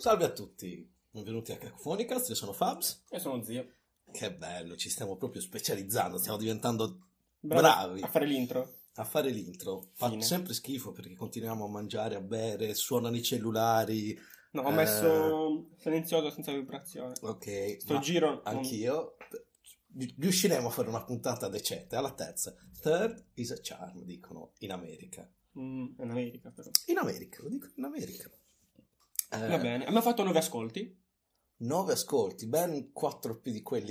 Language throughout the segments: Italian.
Salve a tutti, benvenuti a Cacofonicast, io sono Fabs. E sono Zio. Che bello, ci stiamo proprio specializzando, stiamo diventando bravi. A fare l'intro. Fa sempre schifo perché continuiamo a mangiare, a bere, suonano i cellulari. No, ho messo silenzioso senza vibrazione. Ok, Giro... Anch'io. Riusciremo a fare una puntata decente. Alla terza. Third is a charm, dicono in America. In America però. In America, lo dico in America. Va bene, abbiamo fatto 9 ascolti. 9 ascolti, ben 4 più di quelli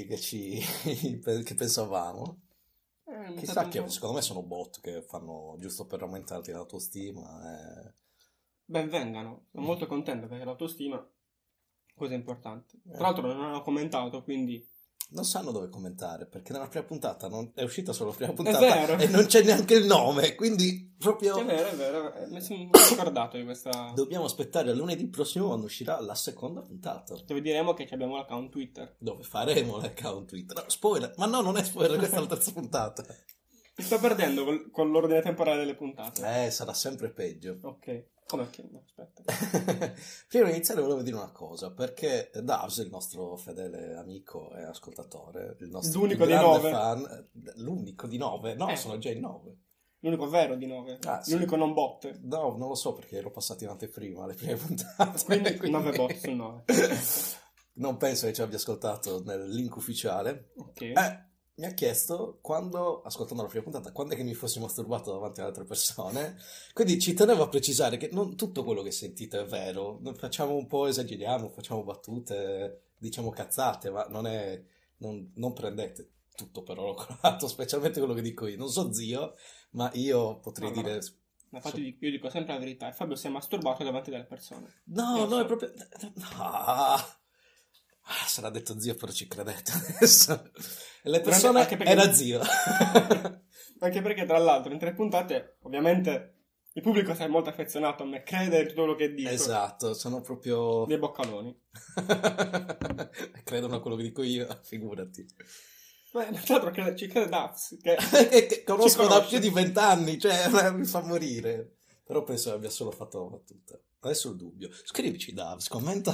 che pensavamo. Chissà che, secondo me sono bot che fanno giusto per aumentarti l'autostima. Ben vengano, sono molto contento perché l'autostima è cosa importante. Tra l'altro non hanno commentato, quindi... Non sanno dove commentare, perché nella prima puntata è uscita solo la prima È puntata vero. e non c'è neanche il nome, quindi proprio... È vero, mi sono ricordato di questa... Dobbiamo aspettare a lunedì prossimo quando uscirà la seconda puntata. Dove diremo che abbiamo l'account Twitter. Dove faremo l'account Twitter. No, spoiler, ma no, non è spoiler, questa è la terza puntata. Mi sto perdendo con l'ordine temporale delle puntate. Sarà sempre peggio. Ok. Come che? No, aspetta. Prima di iniziare volevo dire una cosa, perché Davs, il nostro fedele amico e ascoltatore, il nostro L'unico più di grande 9. fan, l'unico di 9, no, sono già in 9. L'unico vero di 9. Sì. L'unico non bot. No, non lo so perché ero passato in anteprima le prime puntate. Quindi 9 bot su 9. Non penso che ci abbia ascoltato nel link ufficiale. Ok. Mi ha chiesto, ascoltando la prima puntata, quando è che mi fossi masturbato davanti ad altre persone. Quindi ci tenevo a precisare che non tutto quello che sentite è vero. Facciamo un po', esageriamo, facciamo battute, diciamo cazzate, ma non prendete tutto per oro colato, specialmente quello che dico io. Non so Zio, ma io potrei dire... Infatti io dico sempre la verità. Fabio si è masturbato davanti alle persone. No, è proprio... No. Sarà detto Zio, però ci credete adesso. E le persone era Zio. Anche perché tra l'altro in 3 puntate ovviamente il pubblico si è molto affezionato a me, crede in tutto quello che dico. Esatto, sono proprio dei boccaloni. Credono a quello che dico io, figurati. Ma tra l'altro ci crede Davs che conosco da più di 20 anni, cioè mi fa morire. Però penso abbia solo fatto la battuta. Adesso ho il dubbio. Scrivici Davs, commenta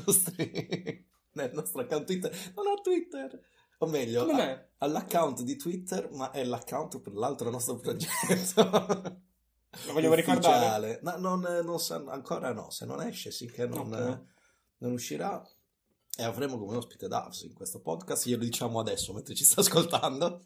nel nostro account Twitter. Non ho Twitter. O meglio, all'account di Twitter, ma è l'account per l'altro nostro progetto. Lo vogliamo ricordare? No, non so, ancora no. Se non esce, sì che non uscirà. E avremo come ospite Davs in questo podcast. Glielo diciamo adesso, mentre ci sta ascoltando.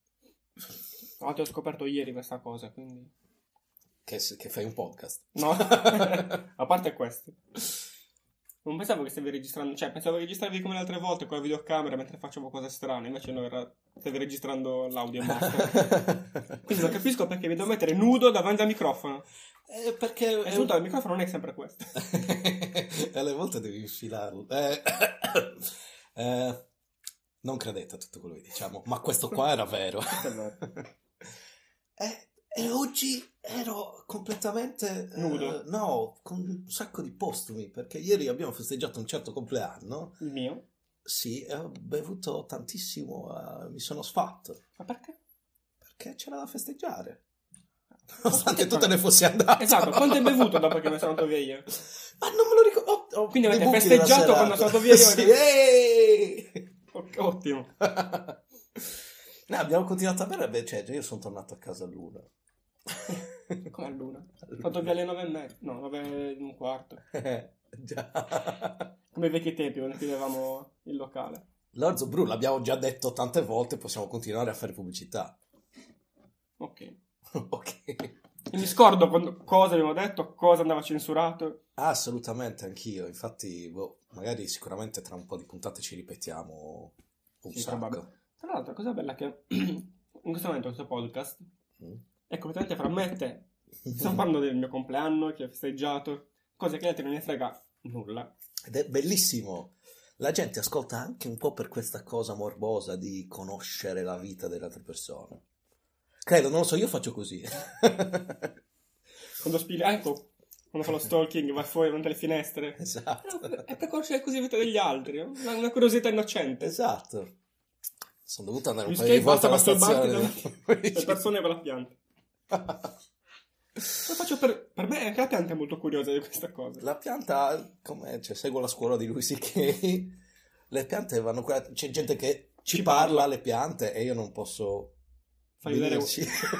Ho scoperto ieri questa cosa, quindi... Che fai un podcast? No, a parte questo. Non pensavo che stavi registrando, cioè pensavo che registravi come le altre volte con la videocamera mentre facevo cose strane, invece no, stavi registrando l'audio e basta. Quindi non capisco perché mi devo mettere nudo davanti al microfono. Perché il microfono non è sempre questo. E alle volte devi infilarlo. Non credete a tutto quello che diciamo, ma questo qua era vero. E oggi ero completamente nudo. No, con un sacco di postumi, perché ieri abbiamo festeggiato un certo compleanno. Il mio? Sì, e ho bevuto tantissimo, mi sono sfatto. Ma perché? Perché c'era da festeggiare. Nonostante tu te ne fossi andato. Esatto, quanto hai bevuto dopo che mi sono andato via io? Ma non me lo ricordo. Quindi avete festeggiato quando sono andato via io? Sì, Ottimo. No, abbiamo continuato a bere, cioè io sono tornato a casa all'una. Come all'una? Ho fatto via alle 9:30. No, 9:15. Già. Come i vecchi tempi quando chiudevamo il locale. L'Orzo Bru l'abbiamo già detto tante volte, possiamo continuare a fare pubblicità. Ok. E mi scordo cosa abbiamo detto, cosa andava censurato. Assolutamente, anch'io. Infatti, magari sicuramente tra un po' di puntate ci ripetiamo un sacco. Probabile. Tra l'altro, la cosa bella è che in questo momento questo podcast è completamente fra me e te. Stiamo parlando del mio compleanno, che ho festeggiato, cose che gli altri non ne frega nulla. Ed è bellissimo. La gente ascolta anche un po' per questa cosa morbosa di conoscere la vita delle altre persone. Credo, non lo so, io faccio così. Quando fa lo stalking, va fuori davanti alle finestre. Esatto. È per conoscere così la vita degli altri, una curiosità innocente. Esatto. Sono dovuto andare un Mi paio di volte alla masturbarti stazione. davanti alle persone con la pianta. Lo faccio per me anche la pianta è molto curiosa di questa cosa. La pianta, come, cioè, seguo la scuola di Louis C.K., le piante vanno qua, c'è gente che ci parla alle piante e io non posso Fai vedere venirci.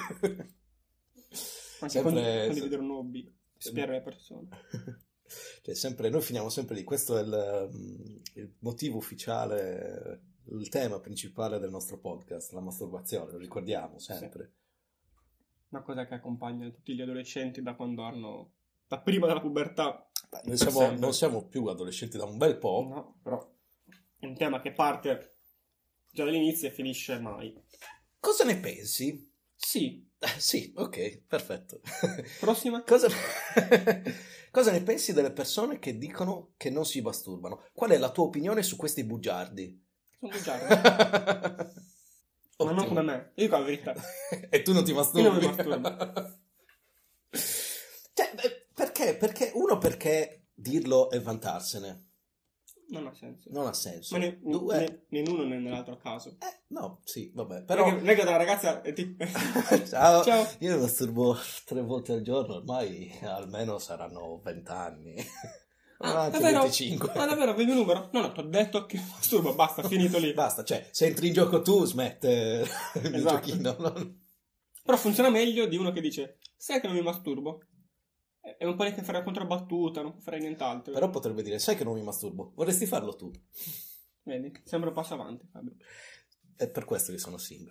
anche Sempre- condividere un hobby, spiare le persone. Cioè, sempre, noi finiamo sempre lì, questo è il motivo ufficiale, il tema principale del nostro podcast, la masturbazione, lo ricordiamo sempre. Una cosa che accompagna tutti gli adolescenti da quando hanno, da prima della pubertà. Beh, noi Per sempre. non siamo più adolescenti da un bel po'. No, però è un tema che parte già dall'inizio e finisce mai. Cosa ne pensi? Sì, Sì, ok, perfetto. prossima? Cosa... Cosa ne pensi delle persone che dicono che non si masturbano? Qual è la tua opinione su questi bugiardi? Sono bugiardi. Ma non Ottimo. come me, io dico la verità. E tu non ti masturbi? Io non mi masturbo. Cioè, perché dirlo e vantarsene? Non ha senso. Non ha senso. Ma né in uno né nell'altro caso. No, sì, vabbè, però... Non è che la ragazza è tipo... Ciao. Ciao. Io mi masturbo 3 volte al giorno, ormai almeno saranno 20 anni. Anche davvero? 25. Ma davvero, avevi un numero? No, ti ho detto che masturbo, basta, finito lì. Basta, cioè, se entri in gioco tu, smette il mio Esatto. giochino. No? Però funziona meglio di uno che dice, sai che non mi masturbo? E non puoi neanche fare la controbattuta, non puoi fare nient'altro. Però potrebbe dire, sai che non mi masturbo, vorresti farlo tu. Vedi, sembra un passo avanti, Fabio. È per questo che sono single.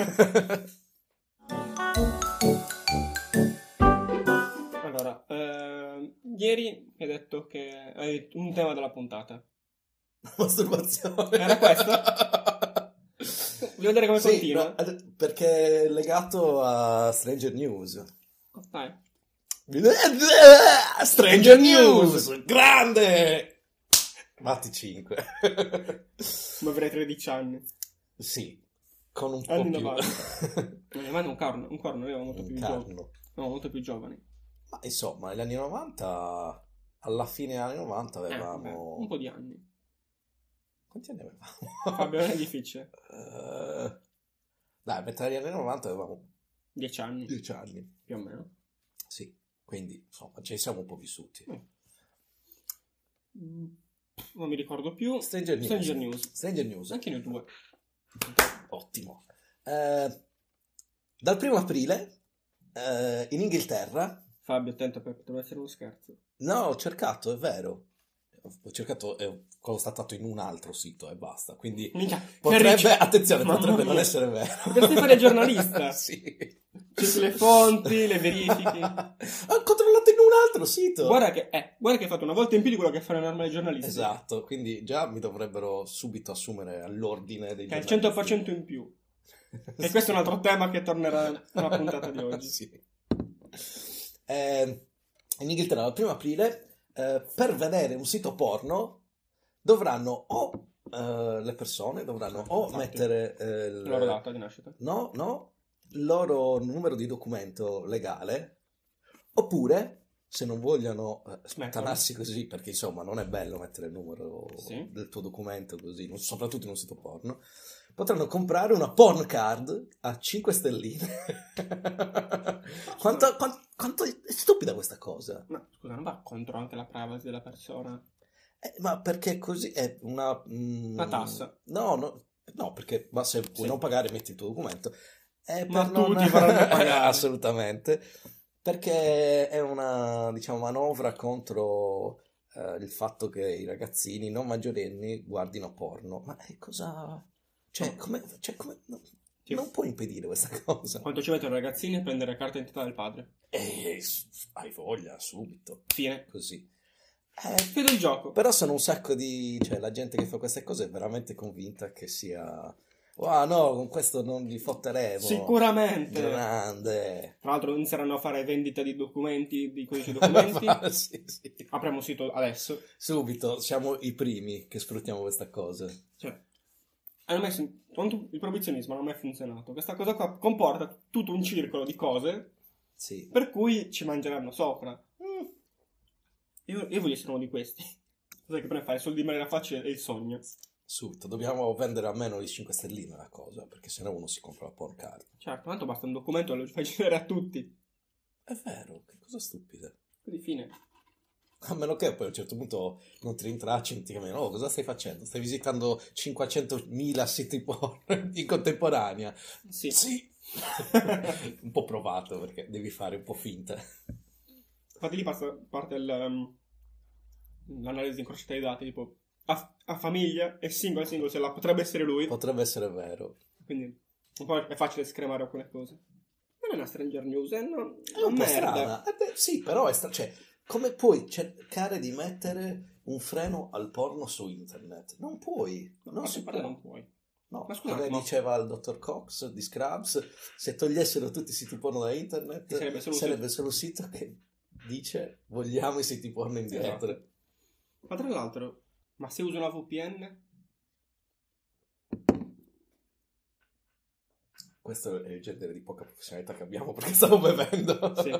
Allora, ieri mi hai detto che hai un tema della puntata. Masturbazione. Era questo? Voglio vedere come Sì, continua. no, perché è legato a Stranger News. Dai. Stranger News! Grande! Batti 5. Come avrei 13 anni. Sì, con un po' Anni più. 90. Ma un corno, aveva molto più giovani. Carno. No, molto più giovani. Ma insomma, negli anni 90, alla fine degli anni 90 Vabbè, avevamo... un po' di anni. Quanti anni avevamo? Fabio, non è difficile. Dai, a metà degli anni 90 avevamo 10 anni, 10 anni. più o meno. Sì, quindi insomma, ci siamo un po' vissuti. Non mi ricordo più. Stranger News. Stranger News. Stranger News. Anche noi due. Ottimo. Dal 1 aprile in Inghilterra... Fabio, attento, potrebbe essere uno scherzo. No, ho cercato, è vero. Ho cercato, ho constatato in un altro sito e basta. Quindi Minchia, potrebbe, attenzione, Mamma potrebbe non mia. essere vero. Potresti fare il giornalista. Sì. Cerchi le fonti, le verifichi. Ho controllato in un altro sito. Guarda che hai fatto una volta in più di quello che fa un normale giornalista. Esatto, quindi già mi dovrebbero subito assumere all'ordine dei Che è il giornalisti. 100% in più. E questo è un altro tema che tornerà nella puntata di oggi. Sì. In Inghilterra dal 1 aprile per vedere un sito porno dovranno o le persone dovranno o Infatti. mettere La loro data di nascita. no, il loro numero di documento legale, oppure se non vogliono sputtanarsi così, perché insomma non è bello mettere il numero Sì. del tuo documento così, soprattutto in un sito porno, potranno comprare una porn card a 5 stelline. Quanto è stupida questa cosa. Ma scusa, non va contro anche la privacy della persona? Ma perché così è una tassa. No, perché ma se vuoi non pagare metti il tuo documento. Ma Per non... tutti vorranno pagare. Assolutamente. Perché è una, diciamo, manovra contro il fatto che i ragazzini non maggiorenni guardino porno. Ma cosa... Cioè, come... no, Sì. Non puoi impedire questa cosa. Quanto ci mettono i ragazzini a prendere la carta d'identità del padre? Hai voglia, subito. Fine. Così. Vedo il gioco. Però sono un sacco di... Cioè, la gente che fa queste cose è veramente convinta che sia... Wow, no, con questo non li fotteremo. Sicuramente. Grande. Tra l'altro inizieranno a fare vendita di documenti, di codici documenti. Sì. Apriamo un sito adesso. Subito, siamo i primi che sfruttiamo questa cosa. Cioè, il proibizionismo non ha mai funzionato. Questa cosa qua comporta tutto un circolo di cose Sì. per cui ci mangeranno sopra. Io voglio essere uno di questi. Sai che per fare soldi in maniera facile è il sogno. Subito, dobbiamo vendere almeno le 5 stelline la cosa, perché sennò uno si compra la porn card. Certo, tanto basta un documento e lo fai girare a tutti. È vero, che cosa stupida. Quindi fine. A meno che poi a un certo punto non ti rintracci, non ti chiamano, oh, cosa stai facendo? Stai visitando 500.000 siti porno in contemporanea? Sì. Sì. Un po' provato, perché devi fare un po' finta. Infatti lì parte l'analisi incrociata dei dati, tipo a famiglia e single se la potrebbe essere lui. Potrebbe essere vero. Quindi un po' è facile scremare alcune cose. Non è una Stranger News, è una È un po' strana. Sì, però è cioè, come puoi cercare di mettere un freno al porno su internet? Non puoi. Non si può. Non puoi. No, Ma scusa, come ma- diceva il dottor Cox di Scrubs, se togliessero tutti i siti porno da internet, Sarebbe solo un solo un sito che dice vogliamo i siti porno indietro. Esatto. Ma tra l'altro, ma se uso una VPN? Questo è il genere di poca professionalità che abbiamo perché stavo bevendo. Sì.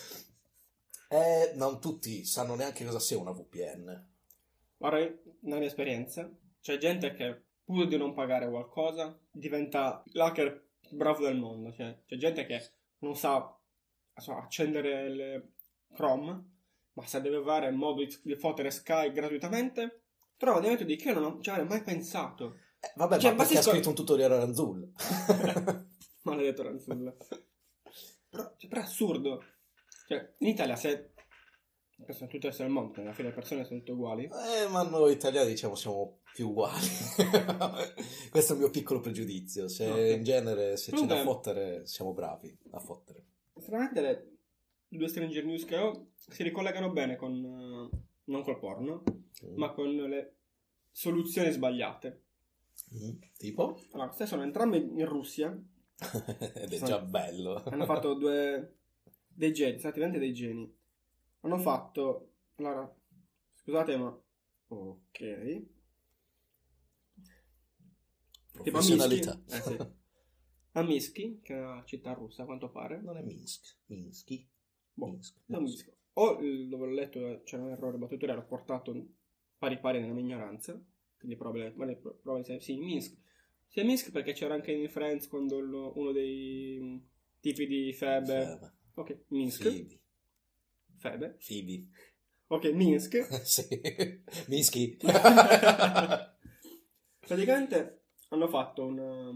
Non tutti sanno neanche cosa sia una VPN. Ora, nella mia esperienza, c'è gente che pur di non pagare qualcosa diventa l'hacker più bravo del mondo. Cioè, c'è gente che non sa accendere il Chrome, ma se deve fare in modo di fottere Sky gratuitamente, trova dei metodi che io non ci avrei mai pensato. Vabbè, Cioè, ma perché ha pazzesco- scritto un tutorial a Ranzul? Maledetto Ranzulla. Però è assurdo. Cioè, in Italia penso in tutto il resto del mondo, perché alla fine le persone sono tutte uguali. Ma noi italiani diciamo siamo più uguali. Questo è il mio piccolo pregiudizio. Se Ok. in genere se c'è da Comunque- fottere, siamo bravi a fottere. Stranamente le due Stranger News che ho si ricollegano bene con non col porno, ma con le soluzioni sbagliate. Tipo? Allora, queste sono entrambe in Russia. Ed è già bello. Hanno fatto dei geni, praticamente dei geni. Hanno fatto, allora, scusate ma, ok. Tipo a Professionalità. Minsk, sì. A Minsk, che è una città russa a quanto pare. Non è Minsk. Minsky. Boh, Minsk. non Minsk. O dove ho letto c'era un errore battutoriale, l'ho portato pari nella mia ignoranza. Quindi probabilmente sì, Minsk. Sì, Minsk perché c'era anche in Friends quando uno dei tipi di Febe. Ok, Minsk. Fibi. Febe. Fibi. Ok, Minsk. Sì. Minsky. Praticamente hanno fatto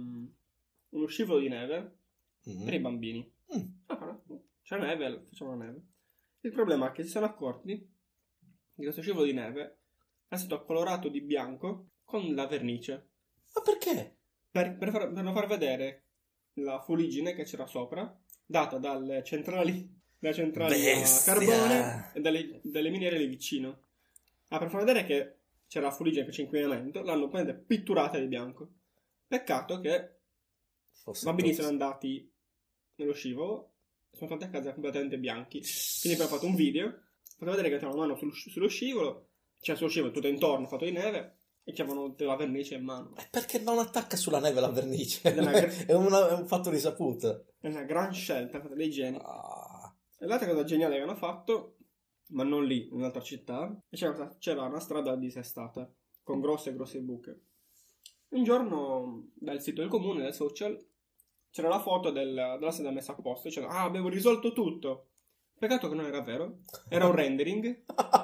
uno scivolo di neve per i bambini. Ah, c'è neve, facciamo la neve. Il problema è che si sono accorti di questo scivolo di neve è stato colorato di bianco con la vernice Ma perché? per non far vedere la fuliggine che c'era sopra, data dalle centrali a Bestia! carbone e dalle miniere lì vicino. Per far vedere che c'era la fuliggine che c'è inquinamento, l'hanno pitturata di bianco. Peccato che i bambini sono andati nello scivolo, sono tornati a casa completamente bianchi. Quindi abbiamo fatto un video, fatto vedere che avevano la mano sullo scivolo, cioè sullo scivolo tutto intorno fatto di neve, e che avevano della vernice in mano. Perché non attacca sulla neve la vernice? Ed È un fatto risaputo. È una gran scelta fatta dei geni. Ah, E l'altra cosa geniale che hanno fatto, ma non lì, in un'altra città, c'era una strada dissestata, con grosse buche. Un giorno, dal sito del comune, dai social, c'era la foto della strada messa a posto, dicendo, abbiamo risolto tutto. Peccato che non era vero, era un rendering,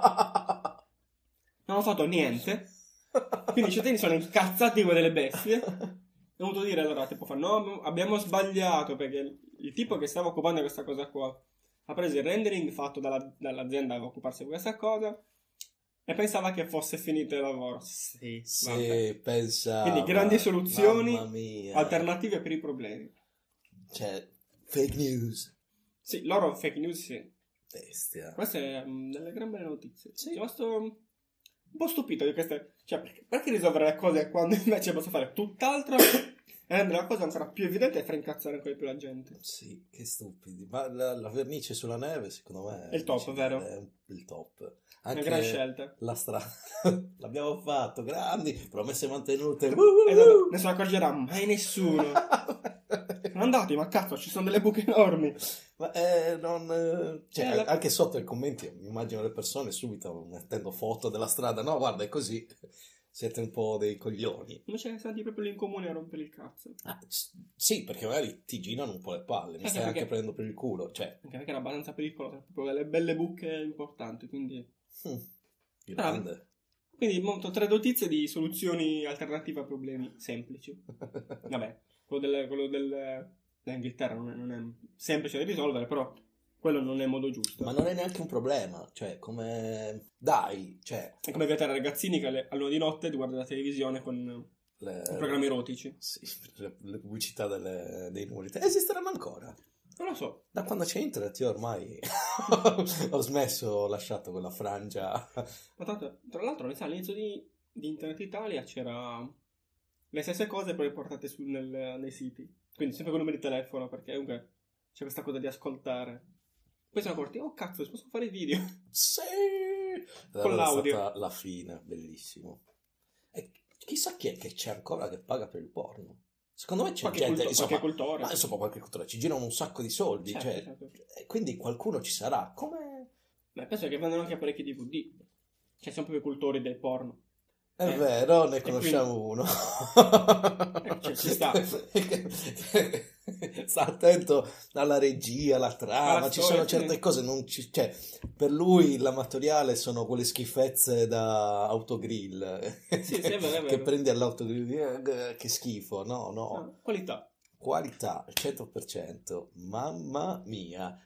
non hanno fatto niente, quindi i cittadini sono incazzati come delle bestie. Ho dovuto dire allora, tipo, no, abbiamo sbagliato, perché il tipo che stava occupando di questa cosa qua ha preso il rendering fatto dall'azienda a occuparsi di questa cosa e pensava che fosse finito il lavoro. Sì, vabbè. pensavo. Quindi grandi soluzioni Mamma mia. alternative per i problemi. Cioè, fake news. Sì, loro fake news sì. Bestia. Queste delle gran belle notizie. Sì. Sono rimasto un po' stupito di queste. Cioè, perché risolvere le cose quando invece posso fare tutt'altro e rendere la cosa ancora più evidente e far incazzare ancora più la gente. Sì, che stupidi. Ma la vernice sulla neve, secondo me, È il top, vero? È il top. È una Anche gran scelta. la strada. L'abbiamo fatto, grandi, promesse mantenute. Esatto, ne se ne accorgerà mai nessuno. Sono andati, ma cazzo, ci sono delle buche enormi. Ma cioè, anche sotto i commenti mi immagino le persone subito mettendo foto della strada. No, guarda, è così. Siete un po' dei coglioni. Invece senti proprio lì in comune a rompere il cazzo. Sì, perché magari ti girano un po' le palle, mi Anche stai anche perché- prendendo per il culo, cioè... Anche perché era abbastanza pericolosa, proprio delle belle buche importanti, quindi... Grande. Quindi monto 3 notizie di soluzioni alternative a problemi semplici. Vabbè, quello dell'Inghilterra non è semplice da risolvere, però quello non è modo giusto. Ma non è neanche un problema, cioè, come... Dai, cioè... È come vietare ai ragazzini che all'una di notte guardano la televisione con programmi erotici. Sì, le pubblicità dei numeri. Esisteranno ancora? Non lo so. Da quando c'è internet io ormai ho smesso, ho lasciato quella frangia. Ma tanto, tra l'altro, all'inizio di Internet Italia c'era le stesse cose però riportate nei siti. Quindi sempre con numeri di telefono, perché comunque c'è questa cosa di ascoltare. Poi sono accorti, oh cazzo, posso fare i video. Sì! Con Allora l'audio. è stata la fine, bellissimo. E chissà chi è che c'è ancora che paga per il porno. Secondo me c'è gente, Qualche cultore. ma insomma qualche cultura, ci girano un sacco di soldi, Certo, cioè, certo. e quindi qualcuno ci sarà. Come... Beh, penso che vendono anche parecchi DVD. Cioè, sono proprio i cultori del porno. È vero, ne e conosciamo uno. Cioè, ci sta. Sta attento alla regia, alla trama, Alla ci storia, sono certe sì. cose, non ci, cioè, per lui l'amatoriale sono quelle schifezze da autogrill, Sì, è vero, è che vero. prendi all'autogrill, che schifo, no, No, qualità. qualità, 100%, mamma mia.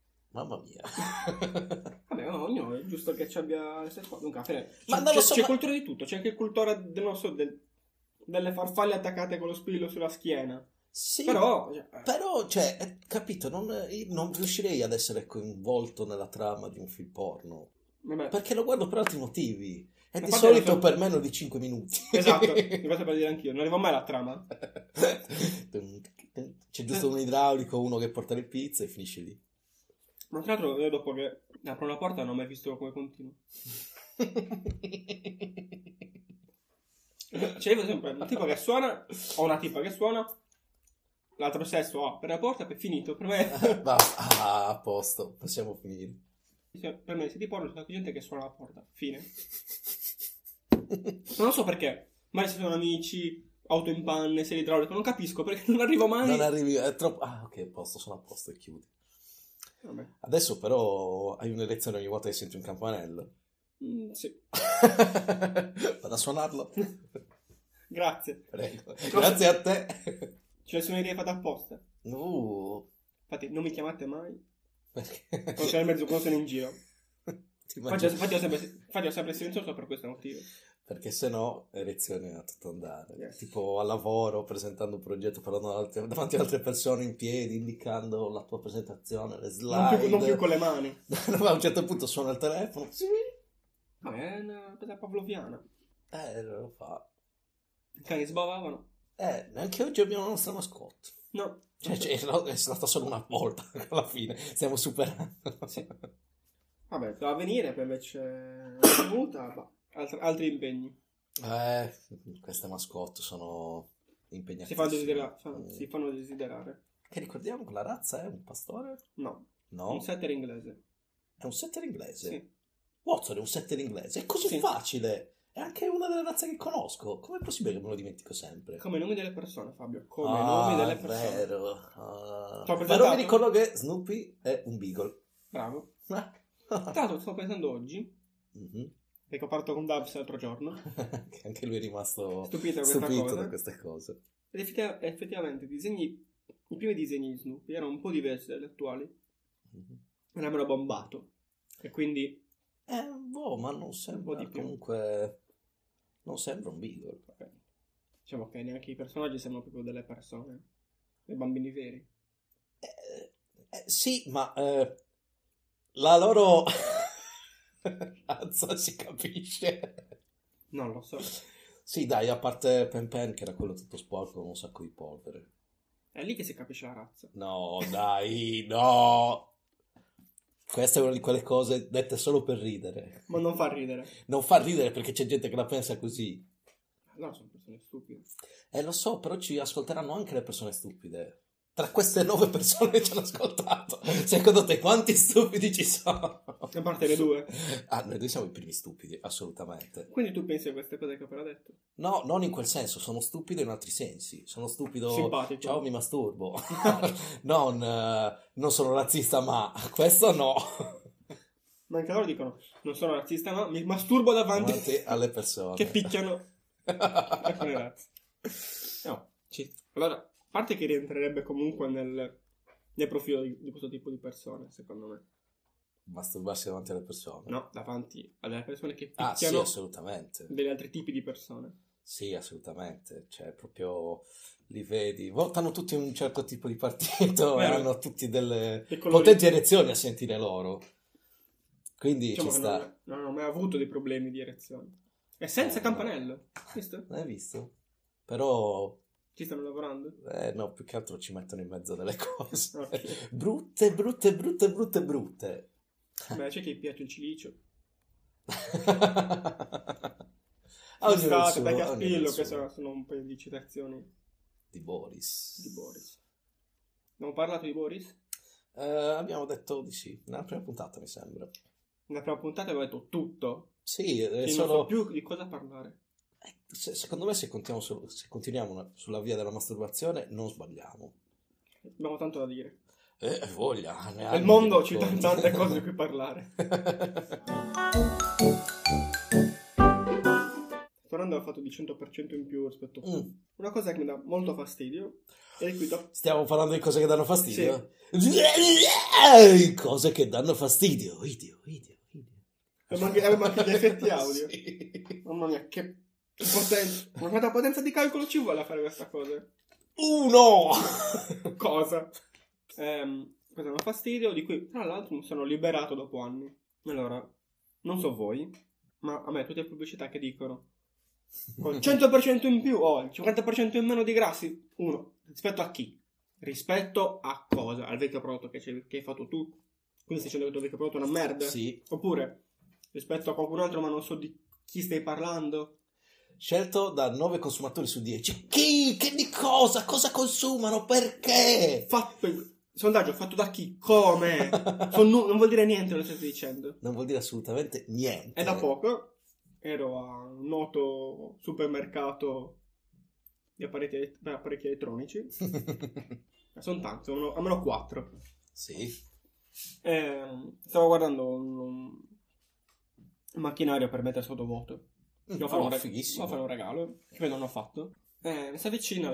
Vabbè, no, ognuno è giusto che ci abbia le stesse cose. Dunque, alla fine, Ma non lo so, c'è ma- cultura di tutto. C'è anche cultura del nostro, delle farfalle attaccate con lo spillo sulla schiena. Sì, Però, cioè, capito, io non riuscirei ad essere coinvolto nella trama di un film porno, vabbè. perché lo guardo per altri motivi, e Ma di infatti solito non so- per meno di 5 minuti. Esatto, questo per dire anch'io. Non arrivo mai alla trama. C'è giusto un idraulico, uno che porta le pizze e finisce lì. Ma tra l'altro, io dopo che apro una porta non ho mai visto come continua. Cioè, io sempre un tipo che suona, o una tipa che suona, l'altro sesso apre la porta e è finito. Per me, A posto, possiamo finire. per me, se ti porno, c'è gente che suona la porta. Fine. Non lo so perché. Magari se sono amici, auto in panne, serie idraulico, non capisco perché non arrivo mai. Non arrivi, è troppo... Ah, ok, a posto, sono a posto e chiudi. Vabbè. Adesso però hai un'erezione ogni volta che senti un campanello. Sì. Vado a suonarlo. Grazie. Prego. Grazie a te. C'è le suonerie fatte apposta. Perché? Infatti, non mi chiamate mai quando sono in mezzo, quando sono in giro. Ti Infatti, immagini- ho sempre silenzioso per questo motivo. Perché se no erezione a tutto andare. Yes. Tipo al lavoro, presentando un progetto, parlando davanti ad altre persone in piedi, indicando la tua presentazione, le slide. Non più con le mani. A un certo punto suona il telefono. Sì. Vabbè, è una cosa pavloviana. Lo fa. I cani sbavavano. Neanche oggi abbiamo la nostra mascotte. No. Cioè, è stata solo una volta alla fine. Stiamo superando. Sì. Vabbè, doveva venire, poi invece è venuta. Altri impegni. Queste mascotte sono impegnatissime. Si fanno desiderare. Che ricordiamo che la razza è un pastore? No. No. Un setter inglese. È un setter inglese? Sì. Watson è un setter inglese? È così Sì. facile! È anche una delle razze che conosco. Com'è possibile che me lo dimentico sempre? Come nomi delle persone, Fabio. Come nomi delle è persone. vero. T'ho Però presentato? mi ricordo che Snoopy è un beagle. Bravo. Tra l'altro, sto pensando oggi, Mhm. perché ho parlato con Dubs l'altro giorno, Che anche lui è rimasto Stupito da questa cosa. da queste cose. ed effettivamente i primi disegni di Snoopy erano un po' diversi dagli attuali. Mhm. L'avevano bombato. E quindi, Ma non sembra di più. comunque... Non sembra un beagle. ok, diciamo che neanche i personaggi sembrano proprio delle persone, dei bambini veri. Sì, ma la loro razza si capisce. Non lo so. Sì, dai, a parte Pen Pen, che era quello tutto sporco con un sacco di polvere. È lì che si capisce la razza. No, dai, no. Questa è una di quelle cose dette solo per ridere. Ma non fa ridere. Non fa ridere perché c'è gente che la pensa così. No, sono persone stupide. Lo so, però ci ascolteranno anche le persone stupide. Tra queste 9 persone che ci hanno ascoltato, secondo te quanti stupidi ci sono? A parte le 2. Ah, noi siamo i primi stupidi, assolutamente. Quindi tu pensi a queste cose che ho appena detto? No, non in quel senso, sono stupido in altri sensi. Sono stupido, Simpatico. ciao, mi masturbo. Non sono razzista, ma questo no. Ma anche loro dicono, non sono razzista, ma mi masturbo davanti alle persone. che picchiano alcune razze. No, allora, a parte che rientrerebbe comunque nel profilo di questo tipo di persone, secondo me. Masturbarsi davanti alle persone? No, davanti alle persone che Ah, sì, picchiano assolutamente. degli altri tipi di persone. Sì, assolutamente. Cioè, proprio li vedi. Votano tutti un certo tipo di partito e Vero. hanno tutti delle Che colori- potenti erezioni a sentire loro. Quindi Diciamo ci che sta. non hanno mai avuto dei problemi di erezione. E senza campanello. Visto? Hai visto? Però, Ci stanno lavorando. no, più che altro ci mettono in mezzo delle cose. Ok. Brutte. Beh, c'è chi piace il cilicio. Ognuno il State, suo, da ognuno il Caspillo, suo. che sono un paio di citazioni Di Boris. di Boris. Abbiamo parlato di Boris? Abbiamo detto di sì. Nella prima puntata, mi sembra. Nella prima puntata avevo detto tutto. Sì, E non sono... so più di cosa parlare. Secondo me se continuiamo sulla via della masturbazione non sbagliamo. Abbiamo tanto da dire. Voglia. Nel mondo ci sono tante cose di cui parlare. Tornando al fatto di 100% in più rispetto a una cosa che mi dà molto fastidio è qui Stiamo parlando di cose che danno fastidio? Cose che danno fastidio. Idio. Avevo anche gli effetti audio. Sì. Mamma mia, che potenza. Ma quanta potenza di calcolo ci vuole a fare questa cosa? 1! Cosa? Cosa mi fa fastidio, di cui tra l'altro mi sono liberato dopo anni. Allora, non so voi, ma a me tutte le pubblicità che dicono con il 100% in più o il 50% in meno di grassi, rispetto a chi? Rispetto a cosa? Al vecchio prodotto che hai fatto tu? Quindi stai dicendo che il tuo vecchio prodotto è una merda? Sì. Oppure rispetto a qualcun altro ma non so di chi stai parlando? Scelto da 9 consumatori su 10. Chi? Che di cosa? Cosa consumano? Perché? Sondaggio fatto da chi? Come? Non vuol dire niente quello che stai dicendo. Non vuol dire assolutamente niente. E da poco ero a un noto supermercato di apparecchi elettronici. Sono tanti, almeno 4. Sì. Stavo guardando un macchinario per mettere sotto vuoto. Devo fare un regalo che poi non ho fatto. Mi si avvicina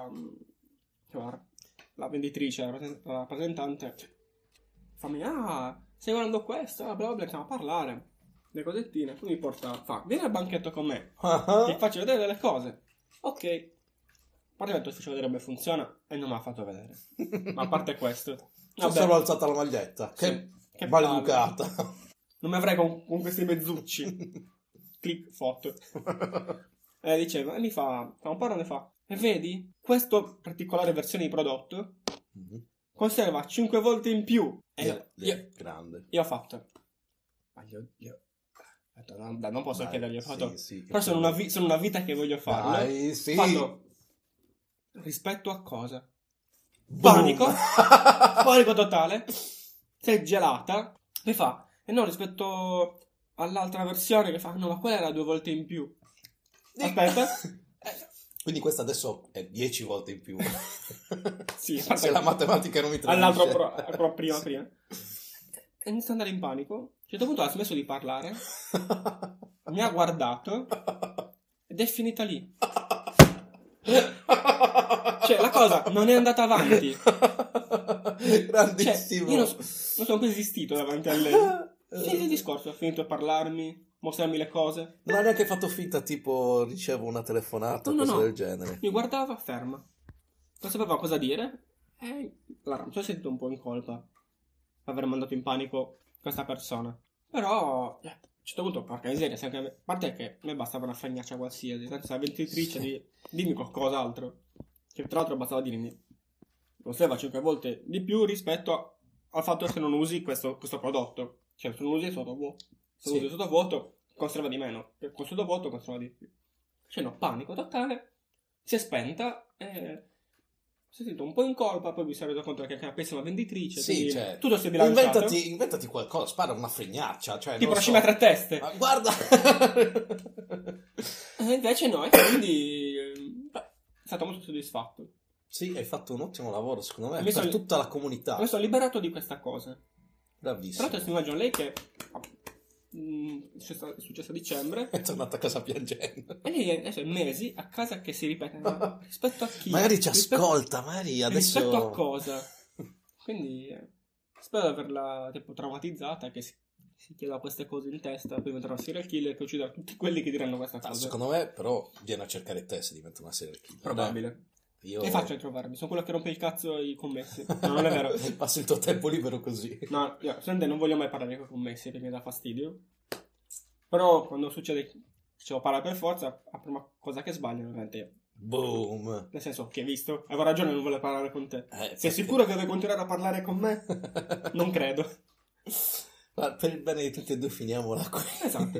la venditrice, la rappresentante. Fammi, stai guardando questo? Bla bla bla, stiamo a parlare. Le cosettine. Poi mi porta, vieni al banchetto con me. Ti faccio vedere delle cose. Ok. A parte ti faccio vedere come funziona e non me l'ha fatto vedere. Ma a parte questo. Ho solo alzata la maglietta. Che maleducata. Non mi avrei con questi mezzucci. Click foto. Diceva, e mi fa un po' ne fa. E vedi, questa particolare versione di prodotto conserva 5 volte in più. Grande. Io ho fatto. Non posso chiedergli, ho fatto. Sì, però sono una vita che voglio farlo. Dai, sì. Fatto. Rispetto a cosa? Panico. Panico totale. Sei gelata. Mi fa. E no, rispetto all'altra versione che fa. No, ma quella era 2 volte in più. Aspetta. Quindi questa adesso è 10 volte in più. Sì, se la matematica non mi tradisce. All'altro però prima. E inizia ad andare in panico. A un certo punto ha smesso di parlare. Mi ha guardato. Ed è finita lì. Cioè, la cosa non è andata avanti. Grandissimo. Cioè, io non sono più esistito davanti a lei. Finito il discorso, ha finito a parlarmi, mostrarmi le cose. Non ha neanche fatto finta, tipo, ricevo una telefonata o cose del genere. Mi guardava ferma. Non sapeva cosa dire. E allora, mi sono sentito un po' in colpa aver mandato in panico questa persona. Però, a un certo punto, porca miseria, a parte che a me bastava una fregnaccia qualsiasi, senza la venditrice di dimmi qualcos'altro. Che tra l'altro bastava dirmi conserva 5 volte di più rispetto al fatto che non usi questo prodotto. Cioè, se non usi sottovuoto, usi sottovuoto, conserva di meno. Con sottovuoto conserva di più. Cioè, no, panico totale. Si è spenta e si è sentito un po' in colpa, poi mi si è reso conto che è una pessima venditrice, Sì, quindi cioè, tutto si è bilanciato. inventati qualcosa, spara una fregnaccia, cioè, Tipo non la lo scimmia a so. 3 teste. Ma guarda! E invece no, e quindi beh, è stato molto soddisfatto. Sì, hai fatto un ottimo lavoro, secondo me, Mi per sono- tutta la comunità. Mi sono liberato di questa cosa. Tra Bravissimo. l'altro si immagino lei che è successo a dicembre È tornata a casa piangendo. e lei adesso è mesi a casa che si ripete ma rispetto a chi? Magari ci Rispetto- ascolta, magari rispetto a adesso... cosa? Quindi spero di averla tipo traumatizzata che si chieda queste cose in testa poi diventerà un serial killer che ucciderà tutti quelli che diranno questa cosa. Secondo me, però, viene a cercare te se diventa una serial killer. Probabile. Io Che faccio a trovarmi? Sono quello che rompe il cazzo ai commessi. No, non è vero. passo il tuo tempo libero così. No, io non voglio mai parlare con i commessi perché mi dà fastidio. Però quando succede che ci devo parlare per forza, la prima cosa che sbaglio ovviamente io. Boom. Nel senso, che hai visto? Avevo ragione, non voglio parlare con te. Perché- Sei sicuro che vuoi continuare a parlare con me? Non credo. Ma per il bene di tutti e due finiamola qui. Esatto.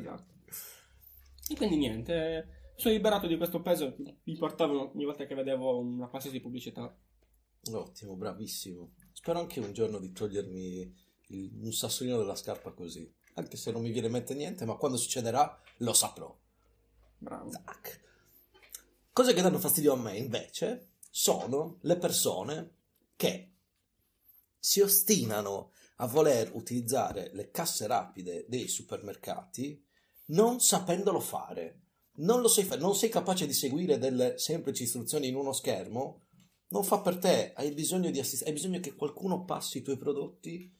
E quindi niente, sono liberato di questo peso che mi portavo ogni volta che vedevo una qualsiasi pubblicità. Ottimo, bravissimo. Spero anche un giorno di togliermi un sassolino della scarpa così. Anche se non mi viene in mente niente, ma quando succederà lo saprò. Bravo. Tac. Cose che danno fastidio a me, invece, sono le persone che si ostinano a voler utilizzare le casse rapide dei supermercati non sapendolo fare. Non lo sai fare, non sei capace di seguire delle semplici istruzioni in uno schermo, non fa per te, hai bisogno di hai bisogno che qualcuno passi i tuoi prodotti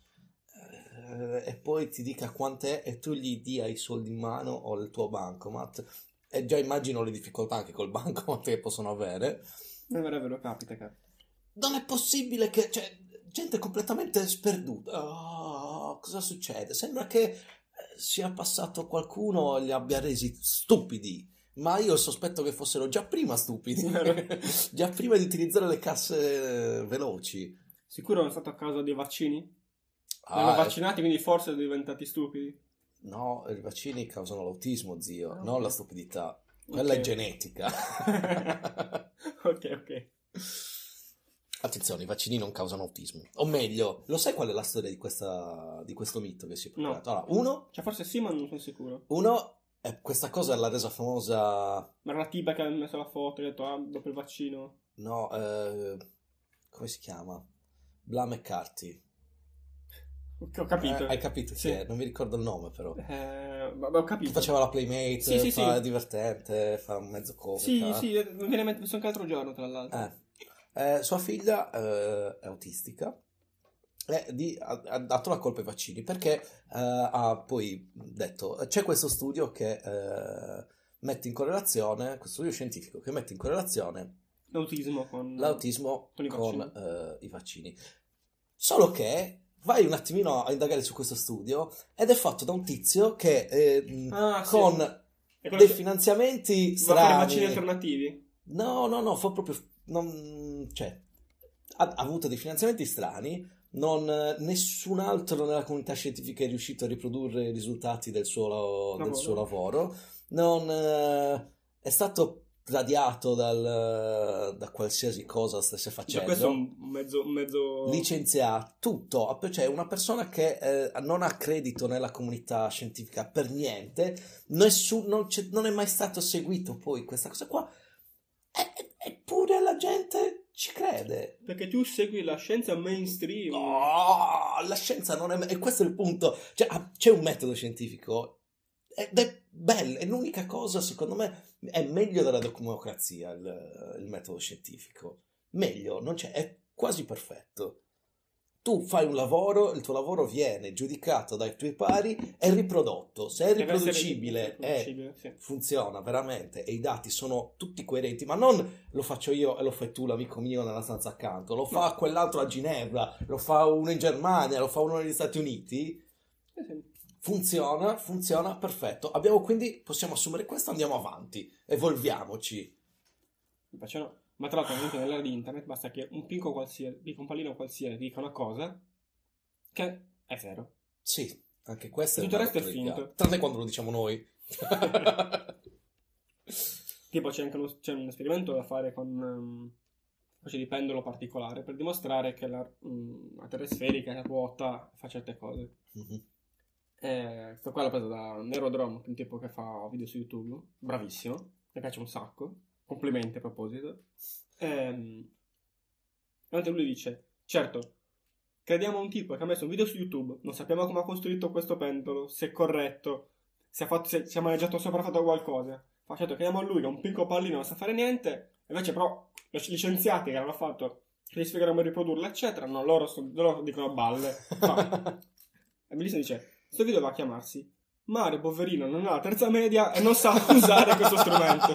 e poi ti dica quant'è e tu gli dia i soldi in mano o il tuo bancomat. E già immagino le difficoltà anche col bancomat che possono avere. Non ve lo capita. Non è possibile che... Cioè, gente completamente sperduta. Oh, cosa succede? Sembra che sia passato qualcuno e li abbia resi stupidi. Ma io sospetto che fossero già prima stupidi. Già prima di utilizzare le casse veloci. Sicuro è stato a causa dei vaccini? Li hanno Ah, vaccinati, quindi forse sono diventati stupidi. no, i vaccini causano l'autismo, zio, Ah, non ok. la stupidità. Quella Ok. è genetica. Ok. Attenzione, i vaccini non causano autismo. O meglio, lo sai qual è la storia di questo mito che si è propagato? Allora, Cioè forse sì, ma non sono sicuro. uno è questa cosa l'ha resa famosa, Ma era la tipa che ha messo la foto e ha detto, dopo il vaccino. no, come si chiama? Bla McCarthy. Ho capito. Hai capito chi Sì. è? Non mi ricordo il nome però. Vabbè, ho Che capito. faceva la Playmate, Sì, fa sì. divertente, fa un mezzo Sì, comica. sì, mi viene in mente, visto anche l'altro giorno, tra l'altro. Sua figlia è autistica e ha dato la colpa ai vaccini perché ha poi detto c'è questo studio che mette in correlazione, questo studio scientifico che mette in correlazione L'autismo con... l'autismo con i con vaccini. i vaccini. Solo che vai un attimino a indagare su questo studio ed è fatto da un tizio che Sì. con È quello dei che finanziamenti va a fare strani. vaccini alternativi. No, fa proprio... cioè, ha avuto dei finanziamenti strani, nessun altro nella comunità scientifica è riuscito a riprodurre i risultati del suo lavoro, è stato radiato da qualsiasi cosa stesse Cioè, questo è facendo, un mezzo... licenziato, tutto, cioè una persona che non ha credito nella comunità scientifica per niente, non è mai stato seguito poi questa cosa qua. Eppure la gente ci crede. Perché tu segui la scienza mainstream. Oh, la scienza non è... E questo è il punto. Cioè, c'è un metodo scientifico ed è bello. È l'unica cosa, secondo me, è meglio della democrazia il metodo scientifico. Meglio, non c'è, è quasi perfetto. Tu fai un lavoro, il tuo lavoro viene giudicato dai tuoi pari e riprodotto. Se è Deve essere riproducibile riproducibile, sì. funziona veramente e i dati sono tutti coerenti, ma non lo faccio io e lo fai tu, l'amico mio nella stanza accanto, lo fa quell'altro a Ginevra, lo fa uno in Germania, lo fa uno negli Stati Uniti. Sì. Funziona perfetto. Possiamo assumere questo, andiamo avanti, evolviamoci. Ma tra l'altro anche nell'era di internet basta che un pallino qualsiasi dica una cosa che è vero. Sì, anche questo è Tutto il resto è un'altra finto. tranne quando lo diciamo noi. Tipo c'è anche c'è un esperimento da fare con specie di pendolo particolare per dimostrare che la Terra è sferica, è ruota, fa certe cose. Questo qua l'ho preso da Neurodrome, un tipo che fa video su YouTube, bravissimo, mi piace un sacco, complimenti a proposito. Mentre lui dice, certo, crediamo a un tipo che ha messo un video su YouTube, non sappiamo come ha costruito questo pendolo, se è corretto, se ha maneggiato sopra, ha fatto qualcosa. Ma certo, crediamo a lui che è un piccolo pallino, non sa fare niente, invece però gli scienziati che l'hanno fatto, che gli spiegheranno come riprodurla, eccetera, no, loro dicono balle. E bellissimo dice, questo video va a chiamarsi Mario, poverino, non ha la terza media e non sa usare questo strumento.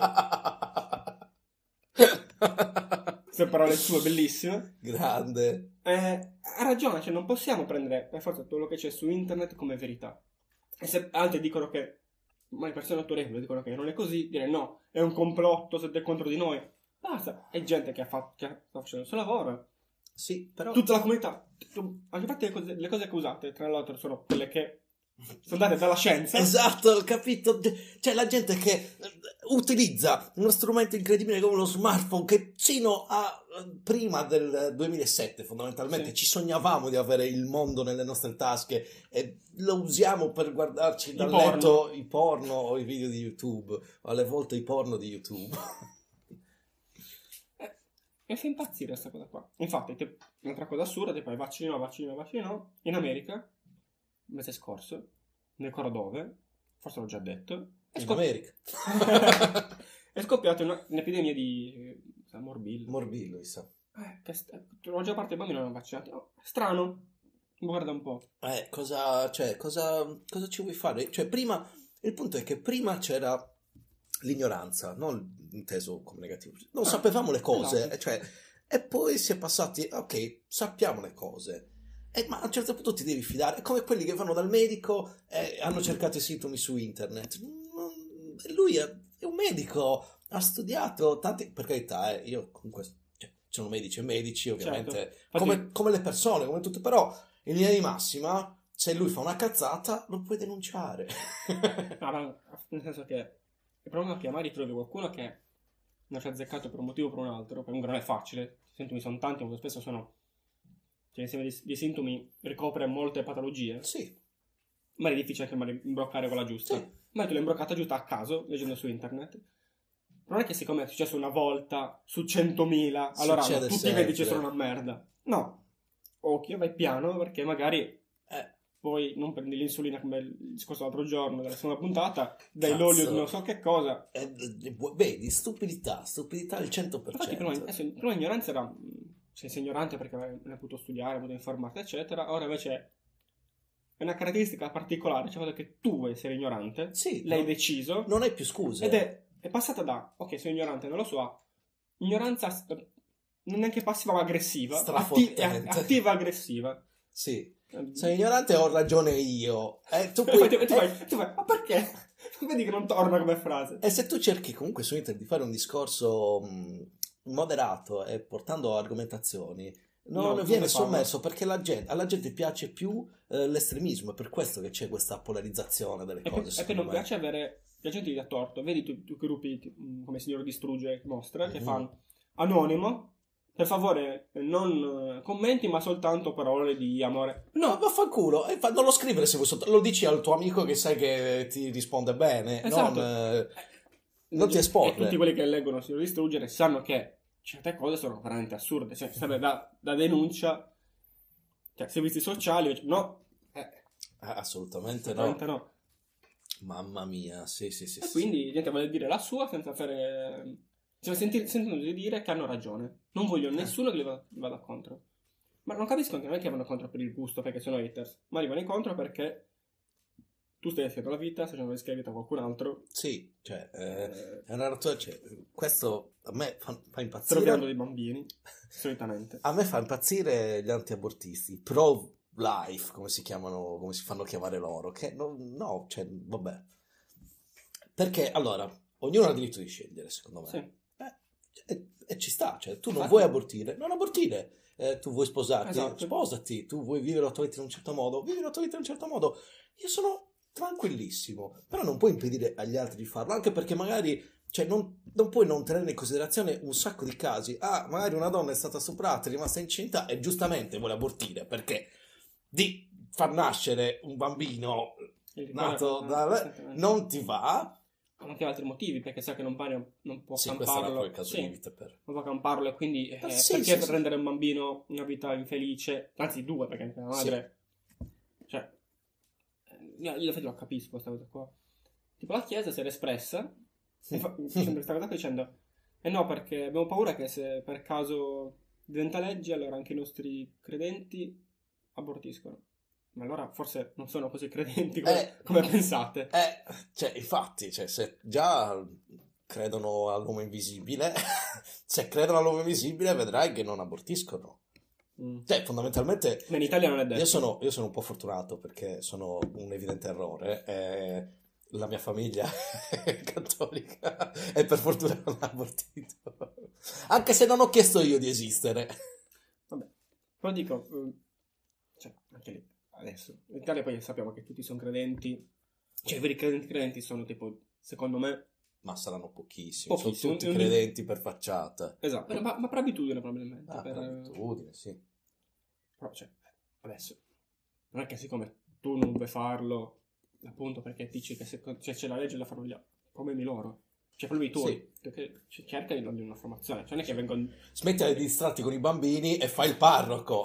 Queste parole sue bellissime. Grande. Ha ragione, cioè non possiamo prendere per forza tutto quello che c'è su internet come verità. E se altri dicono che, ma le persone autorevoli dicono che non è così, dire no, è un complotto, siete contro di noi. Basta, è gente che sta facendo il suo lavoro. Sì, però... Tutta la comunità, anche infatti le cose che usate, tra l'altro, sono quelle che sono date dalla scienza. Esatto, ho capito. C'è la gente che utilizza uno strumento incredibile come uno smartphone che sino a prima del 2007 fondamentalmente ci sognavamo di avere il mondo nelle nostre tasche e lo usiamo per guardarci dal letto i porno o i video di YouTube, o alle volte i porno di YouTube. Mi fa impazzire questa cosa qua. Infatti, un'altra cosa assurda, tipo il vaccino. In America, il mese scorso, non ricordo dove, forse l'ho già detto, America. è scoppiata un'epidemia di morbillo. Morbillo, mi sa. La maggior parte dei bambini non hanno vaccinato. Oh, strano. Guarda un po'. Cosa ci vuoi fare? Cioè, prima, il punto è che prima c'era l'ignoranza, non inteso come negativo. Non sapevamo le cose, esatto. cioè, e poi si è passati, ok, sappiamo le cose. Ma a un certo punto ti devi fidare. È come quelli che vanno dal medico e hanno cercato i sintomi su internet. Lui è un medico, ha studiato tanti, per carità, io comunque, cioè, ci sono medici e medici, ovviamente, certo. come le persone, come tutte, però in linea di massima, se lui fa una cazzata, lo puoi denunciare. Nel senso che il problema è che magari trovi qualcuno che non ci ha azzeccato per un motivo o per un altro, comunque non è facile, i sintomi sono tanti, molto spesso sono, cioè insieme di sintomi ricopre molte patologie. Sì. Ma è difficile anche magari imbroccare quella giusta. Sì. Ma tu l'hai imbroccata giusta a caso, leggendo su internet. Non è che siccome è successo una volta su 100.000, allora tutti i medici sono una merda. No. Occhio, vai piano, perché magari poi non prendi l'insulina come il discorso l'altro giorno della seconda puntata, dai l'olio di non so che cosa. Vedi, stupidità al 100%. Infatti prima ignoranza era, sei ignorante perché non hai potuto studiare, hai potuto informarti, eccetera. Ora invece è una caratteristica particolare, cioè che tu vuoi essere ignorante, l'hai deciso. Non hai più scuse. Ed è passata da, ok, sono ignorante, non lo so, ignoranza non neanche passiva ma aggressiva, attiva aggressiva. Sì. Sono ignorante, ho ragione io. Tu vai, ma perché? Vedi che non torna come frase. E se tu cerchi comunque su internet di fare un discorso moderato e portando argomentazioni, non viene sommerso, perché alla gente piace più l'estremismo, è per questo che c'è questa polarizzazione delle cose. E che non piace avere la gente che dà torto. Vedi tu gruppi come il signor Distrugge mostra che fanno anonimo. Per favore, non commenti, ma soltanto parole di amore. No, vaffanculo. Non lo scrivere se vuoi lo dici al tuo amico che sai che ti risponde bene. Esatto. Non ti esporre. E tutti quelli che leggono Signor Distruggere sanno che certe cose sono veramente assurde. Cioè, serve da denuncia. Cioè, servizi sociali, no. Assolutamente no. Mamma mia, sì. E quindi gente vuole dire la sua senza fare... Cioè, sentono di dire che hanno ragione. Non voglio nessuno che li vada contro. Ma non capisco che non è che vanno contro per il gusto, perché sono haters. Ma li vanno incontro perché tu stai rischiando la vita, stai facendo rischiare la vita a qualcun altro. Sì, cioè, è una ragione. Cioè, questo a me fa impazzire. Troviamo dei bambini, solitamente. A me fa impazzire gli antiabortisti, pro-life, come si chiamano, come si fanno chiamare loro. Che no, cioè, vabbè. Perché, allora, ognuno ha il diritto di scegliere, secondo me. Sì. E ci sta, cioè tu non vuoi abortire, non abortire, tu vuoi sposarti, esatto. Sposati, tu vuoi vivere la tua vita in un certo modo, vivi la tua vita in un certo modo. Io sono tranquillissimo, però non puoi impedire agli altri di farlo, anche perché magari cioè non puoi non tenere in considerazione un sacco di casi. Ah, magari una donna è stata stuprata, è rimasta incinta e giustamente vuole abortire perché di far nascere un bambino nato non ti va. Anche altri motivi, perché sa che non può Sì, questo era camparlo. poi il caso di vita per... Non può camparlo e quindi sì, perché sì, rendere un bambino una vita infelice? Anzi, due, perché anche la madre... Cioè, io infatti lo capisco questa cosa qua. Tipo la Chiesa si era espressa, sempre questa cosa qua dicendo no, perché abbiamo paura che se per caso diventa legge, allora anche i nostri credenti abortiscono. Ma allora forse non sono così credenti come pensate. Cioè, infatti, cioè, se già credono all'uomo invisibile, se credono all'uomo invisibile vedrai che non abortiscono. Cioè, fondamentalmente... Ma in Italia non è detto. Io sono un po' fortunato perché sono un evidente errore. La mia famiglia è cattolica e per fortuna non ha abortito. Anche se non ho chiesto io di esistere. Vabbè, però dico, cioè, anche lì, adesso, in Italia poi sappiamo che tutti sono credenti, cioè i veri credenti sono tipo, secondo me... Ma saranno pochissimi, sono Pochissimi, tutti credenti per facciata. Esatto, ma per abitudine probabilmente. Per abitudine, sì. Però, cioè, adesso, non è che siccome tu non vuoi farlo, appunto perché dici che c'è la legge e la farò via, problemi loro. Cioè, problemi tuoi. Sì. Perché cerca di dargli una formazione. Cioè, non è che vengono... Smettila di distrarti con i bambini e fai il parroco.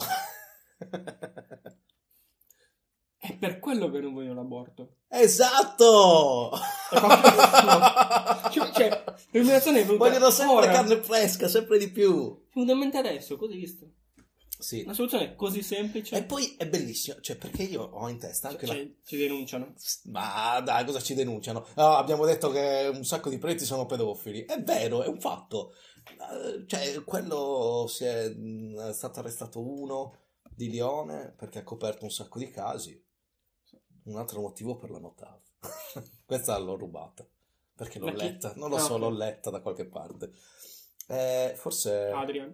È per quello che non vogliono l'aborto. Esatto! Cioè, l'illuminazione è venuta Vogliono sempre ora. carne fresca, sempre di più. Fondamentalmente adesso, così visto. Sì. La soluzione è così semplice. E poi è bellissimo, cioè perché io ho in testa anche ci denunciano. Ma dai, cosa ci denunciano? Ah, abbiamo detto che un sacco di preti sono pedofili. È vero, è un fatto. Cioè, quello è stato arrestato uno di Lione perché ha coperto un sacco di casi. Un altro motivo per la notava. Questa l'ho rubata. Perché l'ho letta. Non lo so, okay. L'ho letta da qualche parte. Forse... Adrian.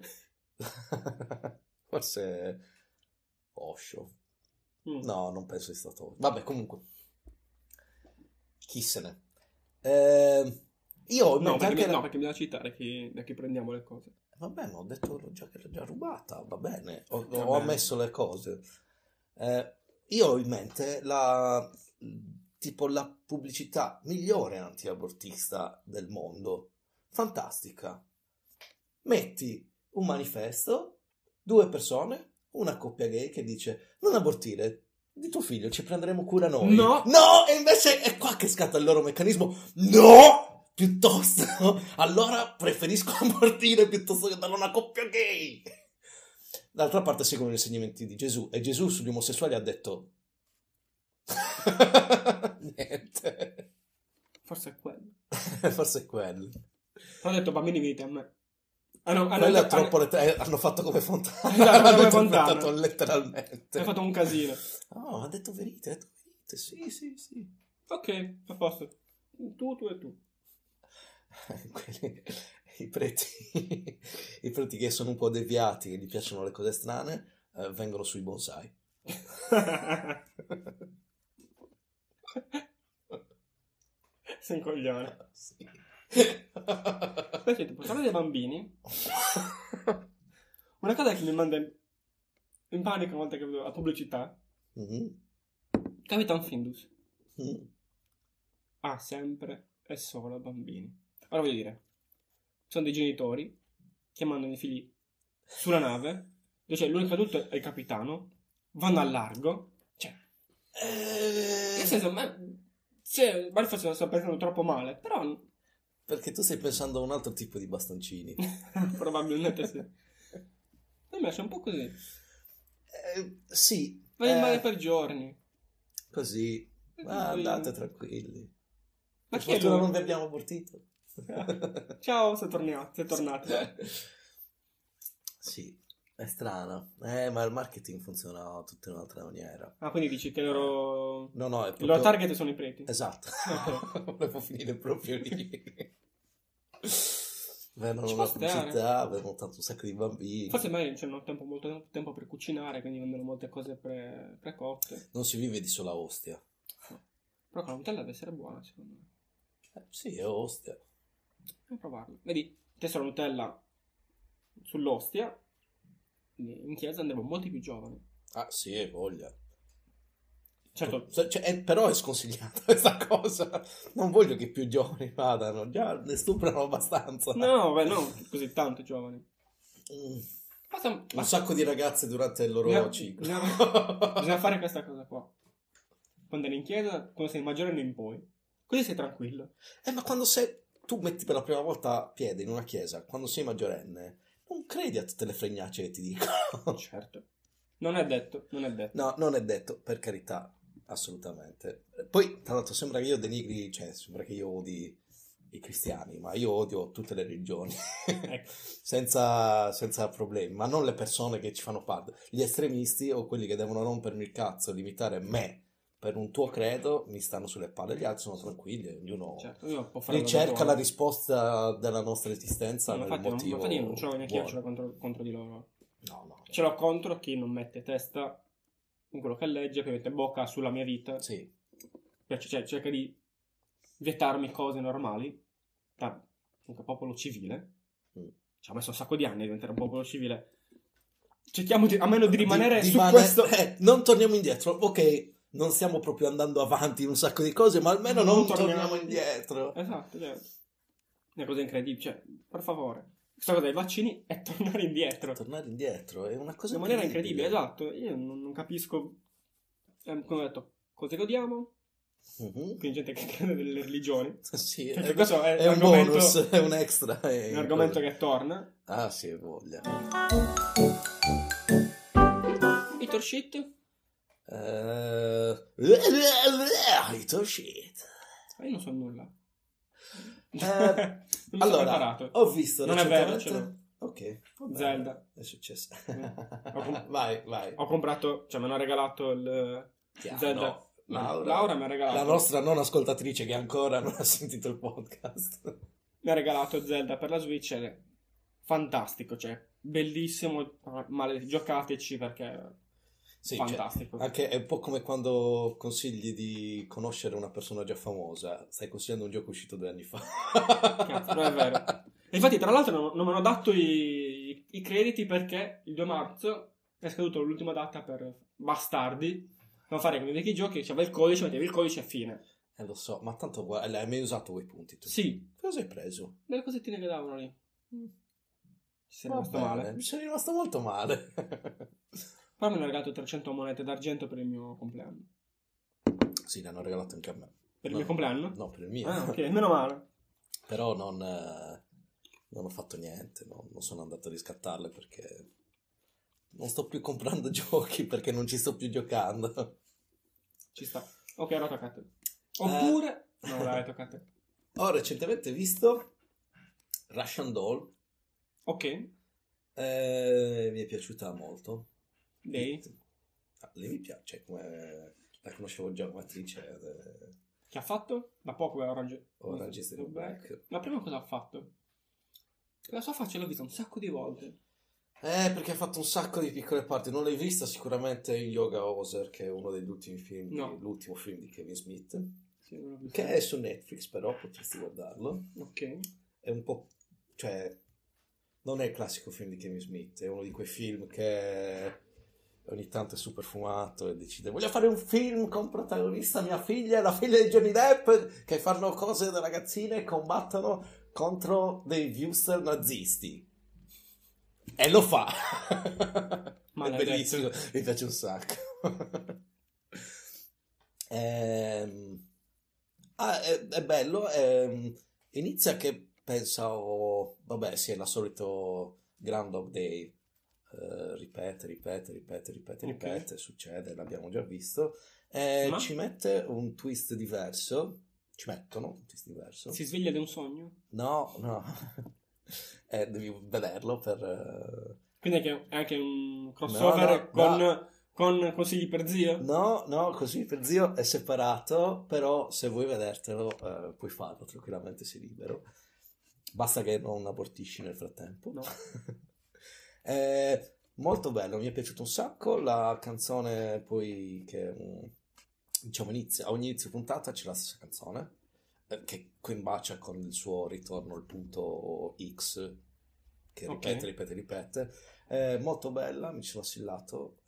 Forse... Osho. No, non penso sia stato... Vabbè, comunque. Chi se ne... Io... No, perché bisogna citare da chi prendiamo le cose. Vabbè, ma ho detto già che l'ho già rubata, va bene. Ho ammesso le cose. Io ho in mente tipo la pubblicità migliore anti-abortista del mondo. Fantastica. Metti un manifesto, 2 persone, una coppia gay che dice non abortire, di tuo figlio ci prenderemo cura noi. No! E invece è qua che scatta il loro meccanismo. No! Piuttosto, allora preferisco abortire piuttosto che dare una coppia gay. D'altra parte seguono gli insegnamenti di Gesù e Gesù sugli omosessuali ha detto niente. Forse è quello. Forse è quello. Ho detto bambini venite a me. Quello è troppo hanno fatto come Fontana. Esatto, Hanno come Fontana. letteralmente. Hai fatto un casino. No, ha detto verite, sì. Ok, a posto. Tu e tu. I preti che sono un po' deviati, che gli piacciono le cose strane, vengono sui bonsai. Sei un coglione. Sì. Perché tipo, parlare dei bambini. Una cosa che mi manda in panico una volta che vedo la pubblicità. Capitan Findus. Ha sempre e solo bambini. Ora voglio dire, sono dei genitori che mandano i figli sulla nave, cioè l'unico adulto è il capitano, vanno al largo, cioè, nel senso, magari forse lo sto pensando troppo male, però... Perché tu stai pensando a un altro tipo di bastoncini. Probabilmente sì. A me c'è un po' così. Sì. Vai in mare per giorni. Così. Andate tranquilli. Ma per chi è fortuna lui? non vi abbiamo abortito. Ciao, sei tornato. Sì, è strana. Ma il marketing funziona tutto in un'altra maniera. Ah, quindi dici che loro... No, è il proprio... loro target sono i preti. Esatto. Volevo finire proprio lì. Vengono Ci una può stare. pubblicità, vengono tanto un sacco di bambini. Forse magari non c'è molto tempo per cucinare, quindi vendono molte cose precotte. Non si vive di sola ostia. Però con la Nutella deve essere buona, secondo me. Sì, è ostia. Devo provarlo. Vedi, tessera Nutella sull'ostia, in chiesa andremo molti più giovani. Ah, sì, hai voglia. Certo, Però è sconsigliata questa cosa. Non voglio che i più giovani vadano, già ne stuprano abbastanza. no, beh, no, così tanto giovani. Mm. Basta, Un sacco di ragazze durante il loro ciclo. Bisogna fare questa cosa qua. Quando eri in chiesa, quando sei maggiorenne in poi. Così sei tranquillo. Ma quando tu metti per la prima volta piede in una chiesa, quando sei maggiorenne, non credi a tutte le fregnacce che ti dicono. Certo. Non è detto, non è detto. No, non è detto, per carità, assolutamente. Poi, tra l'altro, sembra che io denigri, cioè, sembra che io odi i cristiani, ma io odio tutte le religioni, Ecco. senza problemi, ma non le persone che ci fanno parte. Gli estremisti o quelli che devono rompermi il cazzo e limitare me per un tuo credo mi stanno sulle palle, gli altri sono tranquilli, ognuno Certo, io può fare ricerca la risposta della nostra esistenza No, nel infatti, motivo infatti non ce l'ho neanche io, ce buono. l'ho contro di loro. No. Ce l'ho contro chi non mette testa in quello che legge, che mette bocca sulla mia vita. Sì, Cioè, cerca di vietarmi cose normali da un popolo civile. Mm. Ci ha messo un sacco di anni a diventare un popolo civile. Cerchiamo almeno di rimanere su rimane- questo. non torniamo indietro, ok, non stiamo proprio andando avanti in un sacco di cose, ma almeno non torniamo indietro. Esatto, cioè, è una cosa incredibile. Cioè, per favore, questa cosa dei vaccini è tornare indietro. Tornare indietro è una cosa In maniera incredibile, esatto. Io non capisco, come ho detto, cosa godiamo. Mhm. Quindi gente che crede nelle religioni. Sì, Perché questo è un argomento- bonus, è un extra. È un argomento che torna. Ah, sì, hai voglia. Eater shit. Hito shit. Io non so nulla. Eh, Non mi sono allora, preparato. ho visto Non è vero, recentemente... Ok, va bene. Zelda. È successo. com- Vai. Ho comprato, cioè mi hanno regalato il Chiaro, Zelda. no. Laura. Laura mi ha regalato. La nostra non ascoltatrice che ancora non ha sentito il podcast. Mi ha regalato Zelda per la Switch ed è fantastico, cioè bellissimo, male, giocateci perché Sì, fantastico. anche è un po' come quando consigli di conoscere una persona già famosa. Stai consigliando un gioco uscito 2 anni fa. Cazzo, non è vero. E infatti, tra l'altro, non mi hanno dato i crediti perché il 2 marzo è scaduta l'ultima data per bastardi. Non fare come i vecchi giochi, c'aveva il codice, mettevi il codice e fine. Lo so, ma tanto hai mai usato quei punti tu? Sì, Cosa hai preso? delle cosettine che davano lì. Ci sei Va rimasto bene, male. mi sono rimasto molto male. Poi mi hanno regalato 300 monete d'argento per il mio compleanno. Sì, le hanno regalato anche a me. Per il No, mio compleanno? No, per il mio. Ah, ok, meno male. Però non ho fatto niente, non sono andato a riscattarle perché non sto più comprando giochi perché non ci sto più giocando. Ci sta. Ok, ora tocca a te. Oppure... No, dai, tocca a te. Ho recentemente visto Russian Doll. Ok, Mi è piaciuta molto. lei, Lei mi piace, come la conoscevo già come attrice. che ha fatto? Da poco è Orange Is the New Black. Ma prima cosa ha fatto? La sua faccia l'ho vista un sacco di volte. Perché ha fatto un sacco di piccole parti. Non l'hai vista sicuramente in Yoga Oser, che è uno degli ultimi film, No. l'ultimo film di Kevin Smith, Sì, non l'ho visto. che è su Netflix, però potresti guardarlo. Ok. È un po', cioè, non è il classico film di Kevin Smith, è uno di quei film che ogni tanto è super fumato e decide voglio fare un film con protagonista mia figlia e la figlia di Johnny Depp che fanno cose da ragazzine e combattono contro dei viewster nazisti. E lo fa. È Maledetto. bellissimo, mi piace un sacco. È bello. Inizia che pensavo, vabbè, sì, è la solito Groundhog Day. Ripete, succede, l'abbiamo già visto. Ma? Ci mette un twist diverso. Ci mettono un twist diverso. Si sveglia da un sogno? No. Devi vederlo per... Quindi è anche un crossover No. con consigli per zio? No, così per zio è separato, però se vuoi vedertelo puoi farlo tranquillamente, sei libero. Basta che non abortisci nel frattempo. No. Molto bello, mi è piaciuto un sacco. La canzone poi che diciamo a ogni inizio puntata c'è la stessa canzone. che combacia con il suo ritorno al punto X, che Ok. ripete. È molto bella, mi ci sono assillato.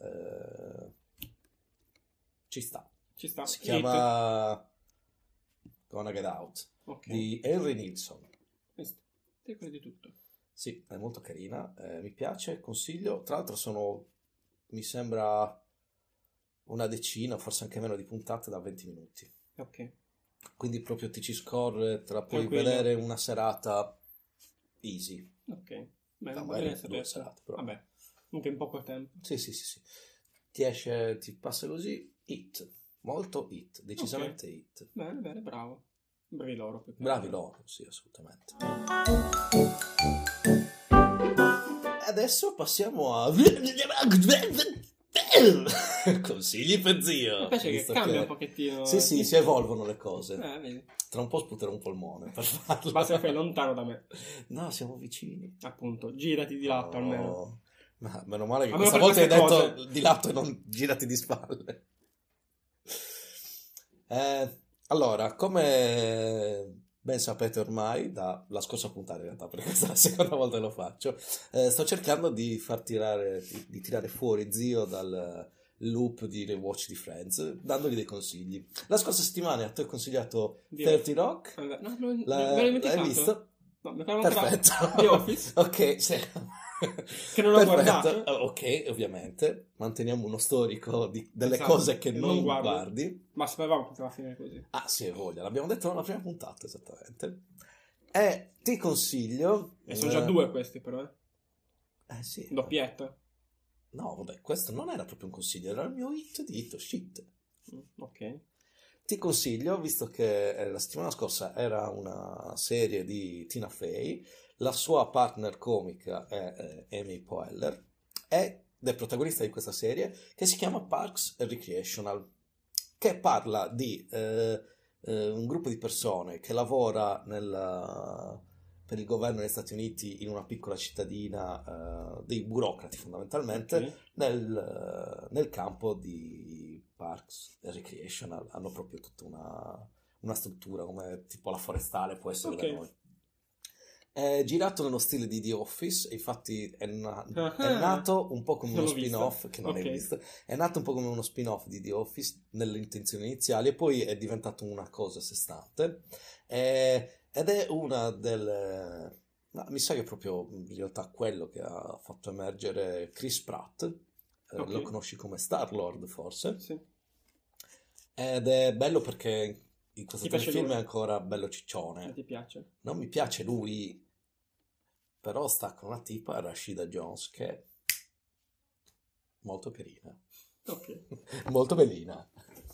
Ci sta. Ci sta. Si Hit. chiama Gonna Get Out Ok. di Henry Nilsson. Questo. Te quello di tutto. Sì, è molto carina, mi piace, consiglio. Tra l'altro mi sembra una decina, forse anche meno di puntate da 20 minuti. Ok. Quindi proprio ti ci scorre, te la puoi Tranquillo. vedere una serata easy. Ok. Bene, No, bene magari sapersi. 2 serate, però. Vabbè, anche in poco tempo. Sì. Ti passa così, hit. Molto hit, decisamente hit. Bene, bravo. Bravi loro. più che Bravi altro. loro, sì, assolutamente. Adesso passiamo a consigli per zio. Mi piace che visto cambia un pochettino. Sì, si evolvono le cose. Vedi. Tra un po' sputerò un polmone per farlo. Basta che fai lontano da me. No, siamo vicini. Appunto, girati di lato No. almeno. Ma meno male che Almeno questa per volta hai queste detto cose. di lato e non girati di spalle. Allora, come ben sapete ormai, dalla scorsa puntata in realtà, perché questa è la seconda volta che lo faccio, sto cercando di di tirare fuori zio dal loop di rewatch di Friends, dandogli dei consigli. La scorsa settimana ti ho consigliato The 30 Rock, Vabbè, no, me l'ho l'hai dimenticato. visto? No, mi ricordo ancora Perfetto. The Office. Ok, sì. Che non ho Perfetto. guardato. Ok, ovviamente. Manteniamo uno storico delle Esatto, cose che che non non guardo. guardi. Ma sapevamo che poteva finire così. Ah, sì, hai voglia. L'abbiamo detto nella prima puntata, esattamente. E ti consiglio... E sono già 2 questi però, Sì. Doppietta. No, vabbè, questo non era proprio un consiglio, era il mio hit di hit, shit. Ok. Ti consiglio, visto che la settimana scorsa era una serie di Tina Fey, la sua partner comica è Amy Poehler, ed è protagonista di questa serie che si chiama Parks and Recreational, che parla di un gruppo di persone che lavora per il governo degli Stati Uniti in una piccola cittadina, dei burocrati fondamentalmente, Ok. nel campo di Parks and Recreational. Hanno proprio tutta una struttura come tipo la forestale può essere da Ok. noi. È girato nello stile di The Office, infatti è Ah. nato un po' come Non uno l'ho visto. spin-off, che non hai Ok. visto, è nato un po' come uno spin-off di The Office nelle intenzioni iniziali e poi è diventato una cosa a sé stante. Ed è una delle... ma mi sa che è proprio in realtà quello che ha fatto emergere Chris Pratt. Ok. Lo conosci come Star-Lord forse, Sì. ed è bello perché in questo Ti piace film lui? è ancora bello Non ciccione. ti piace? Non mi piace lui, però sta con una tipa, Rashida Jones, che è molto carina, Ok. molto bellina.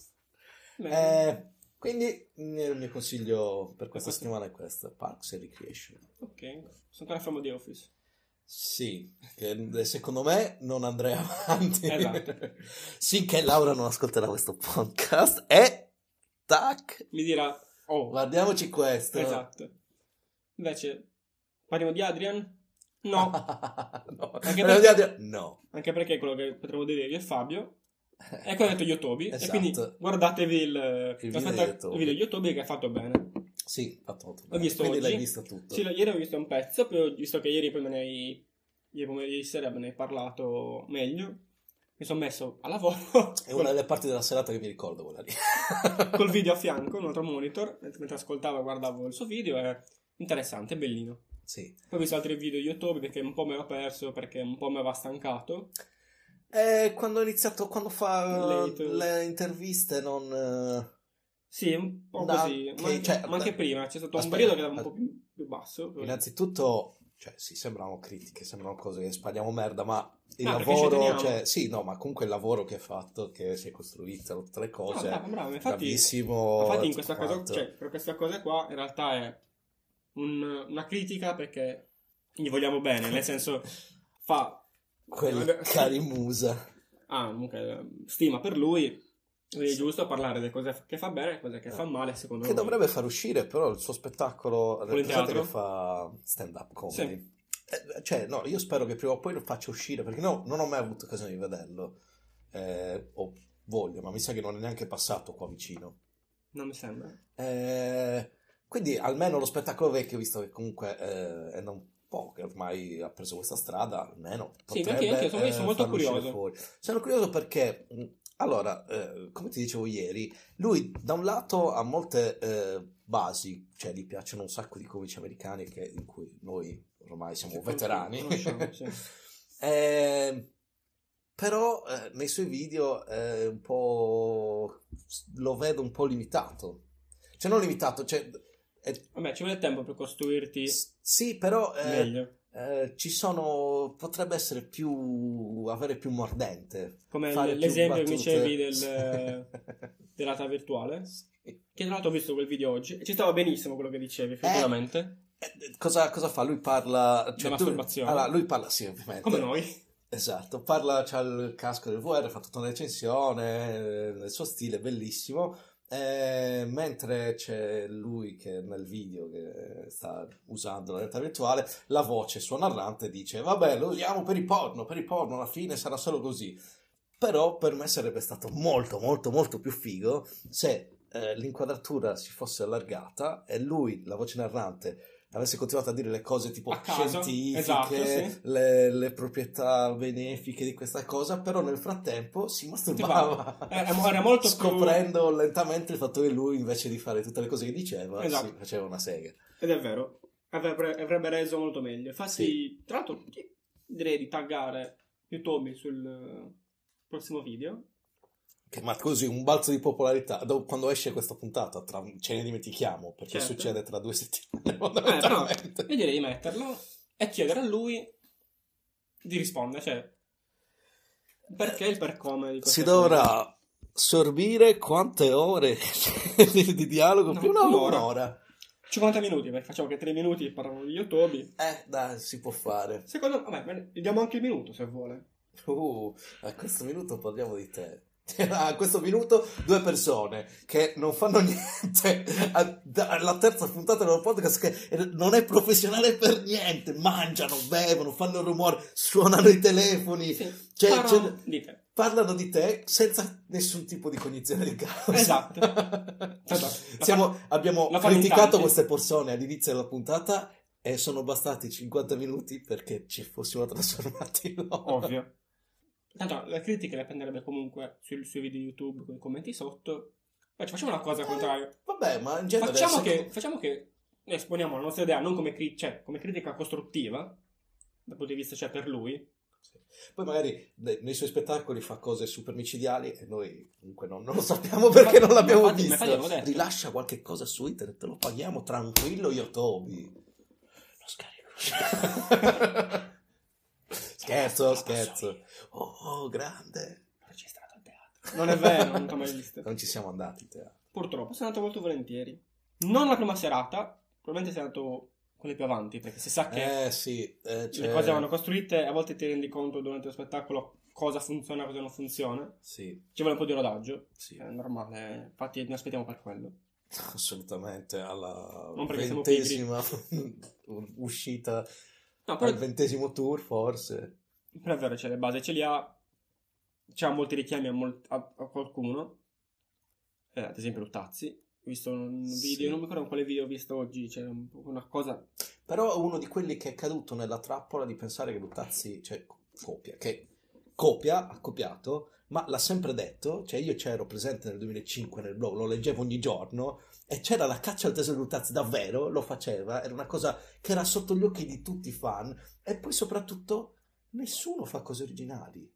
Bene. Quindi il mio consiglio per questa questo- settimana è questo, Parks and Recreation. Ok. Sono ancora fermo di Office. Sì, che secondo me non andrei avanti. Esatto. Sinché Laura non ascolterà questo podcast e tac, Mi dirà, oh, guardiamoci questo. esatto. Invece, parliamo di Adrian? No, No. Anche Volevo perché- dire- no. anche perché quello che potremmo dirvi è Fabio. E quello ha detto Yotobi. Esatto. E quindi guardatevi Il video di Yotobi. il video di Yotobi che ha fatto bene. Sì, fatto molto L'ho bene. visto Quindi oggi. l'hai visto tutto. Sì, ieri ho visto un pezzo, poi ho visto che ieri poi ieri sera me ne hai parlato meglio. Mi sono messo a lavoro È una delle parti della serata che mi ricordo quella lì. col video a fianco, un altro monitor, mentre ascoltavo e guardavo il suo video. È interessante, è bellino. Sì. Poi ho visto altri video di YouTube perché un po' mi aveva perso, perché un po' mi aveva stancato. Quando ho iniziato, quando fa Late. le interviste, non... Sì, un po' No, così. che- cioè, Ma anche prima c'è stato un aspetta, periodo che era un po' più basso. poi- Innanzitutto, cioè, sì, sembrano critiche, sembrano cose che spariamo merda, ma il Ah, perché ci lavoro, teniamo. cioè, sì, no, ma comunque il lavoro che hai fatto, che si è costruito, tutte le Ah, cose, bravo. Infatti, bravissimo. infatti in tutto questa cosa, quanto. cioè, per questa cosa qua, in realtà è una critica perché gli vogliamo bene, nel senso fa Quel carimusa. comunque stima per lui, quindi è giusto parlare delle cose che fa bene e delle cose che fa male, secondo Che noi. dovrebbe far uscire però il suo spettacolo, Quello in presente teatro? che fa stand-up comedy. Sì. Cioè, no, io spero che prima o poi lo faccia uscire, perché no, non ho mai avuto occasione di vederlo. O voglio, ma mi sa che non è neanche passato qua vicino. Non mi sembra. Quindi almeno lo spettacolo vecchio, visto che comunque è da un po' che ormai ha preso questa strada, almeno Sì, potrebbe anche io sono molto farlo uscire curioso. fuori. Sono curioso perché, allora, come ti dicevo ieri, lui da un lato ha molte basi, cioè gli piacciono un sacco di comici americani in cui noi ormai siamo veterani. Conosciamo, sì. Però nei suoi video un po' lo vedo un po' limitato. Cioè non limitato, cioè Vabbè, ci vuole tempo per costruirti sì, però meglio. potrebbe essere avere più mordente. Come fare più l'esempio che mi battute. dicevi della realtà virtuale. Sì. Che tra l'altro ho visto quel video oggi e ci stava benissimo quello che dicevi, effettivamente. Cosa fa? Lui parla... Della Cioè, masturbazione. allora, lui parla, sì, ovviamente. Come noi. Esatto, c'ha il casco del VR, fa tutta una recensione nel suo stile, bellissimo. Mentre c'è lui che nel video che sta usando la realtà virtuale, la voce sua narrante dice: vabbè, lo usiamo per i porno, alla fine sarà solo così. Però per me sarebbe stato molto molto molto più figo se l'inquadratura si fosse allargata e lui, la voce narrante, avesse continuato a dire le cose tipo A caso, scientifiche, esatto, sì. le proprietà benefiche di questa cosa, però nel frattempo si masturbava Era molto più... scoprendo lentamente il fatto che lui invece di fare tutte le cose che diceva Esatto. si faceva una sega. Ed è vero, avrebbe reso molto meglio. Infatti, Sì. tra l'altro, direi di taggare YouTube sul prossimo video. Ma così un balzo di popolarità quando esce questa puntata ce ne dimentichiamo perché Certo. succede tra 2 settimane No, fondamentalmente. io direi di metterlo e chiedere a lui di rispondere, cioè perché il per come di queste Si cose. dovrà sorbire quante ore di dialogo? No, Più un'ora. 50 minuti, perché facciamo che 3 minuti parlano di Yotobi. Dai, si può fare. Secondo me, vabbè, gli diamo anche il minuto se vuole. A questo minuto parliamo di te. A questo minuto 2 persone che non fanno niente alla terza puntata del podcast, che non è professionale per niente, mangiano, bevono, fanno rumore, suonano i telefoni, Sì, cioè, parlano di te. parlano di te senza nessun tipo di cognizione di causa. Esatto. Abbiamo la fanno in criticato tanti. queste persone all'inizio della puntata e sono bastati 50 minuti perché ci fossimo trasformati in loro. Ovvio. Tanto le critiche le prenderebbe comunque sui video YouTube con i commenti sotto. Poi facciamo una cosa al contrario. Vabbè, ma in genere Facciamo che noi esponiamo la nostra idea non come, come critica costruttiva, dal punto di vista cioè per lui. Poi magari nei suoi spettacoli fa cose super micidiali e noi comunque non lo sappiamo perché non l'abbiamo visto. Rilascia qualche cosa su internet, lo paghiamo tranquillo Yotobi. Lo scarico. Scherzo. Oh, grande. Ho registrato al teatro. Non è vero, non t'ho mai visto. Non ci siamo andati in teatro. Purtroppo sono andato molto volentieri. Non la prima serata, probabilmente sei andato quelle più avanti, perché si sa che sì, le cose vanno costruite, a volte ti rendi conto durante lo spettacolo cosa funziona e cosa non funziona. Sì. Ci vuole un po' di rodaggio, Sì. è normale, infatti ne aspettiamo per quello. Assolutamente, alla Non perché siamo 20ª uscita, No, però, al 20° tour forse. però è vero, cioè, le basi ce li ha, c'ha molti richiami a qualcuno, ad esempio Luttazzi. Ho visto un video, Sì. non mi ricordo quale video ho visto oggi, c'è una cosa... Però è uno di quelli che è caduto nella trappola di pensare che Luttazzi, cioè, ha copiato, ma l'ha sempre detto, cioè io c'ero presente nel 2005 nel blog, lo leggevo ogni giorno, e c'era la caccia al tesoro di Luttazzi, davvero, lo faceva, era una cosa che era sotto gli occhi di tutti i fan, e poi soprattutto nessuno fa cose originali.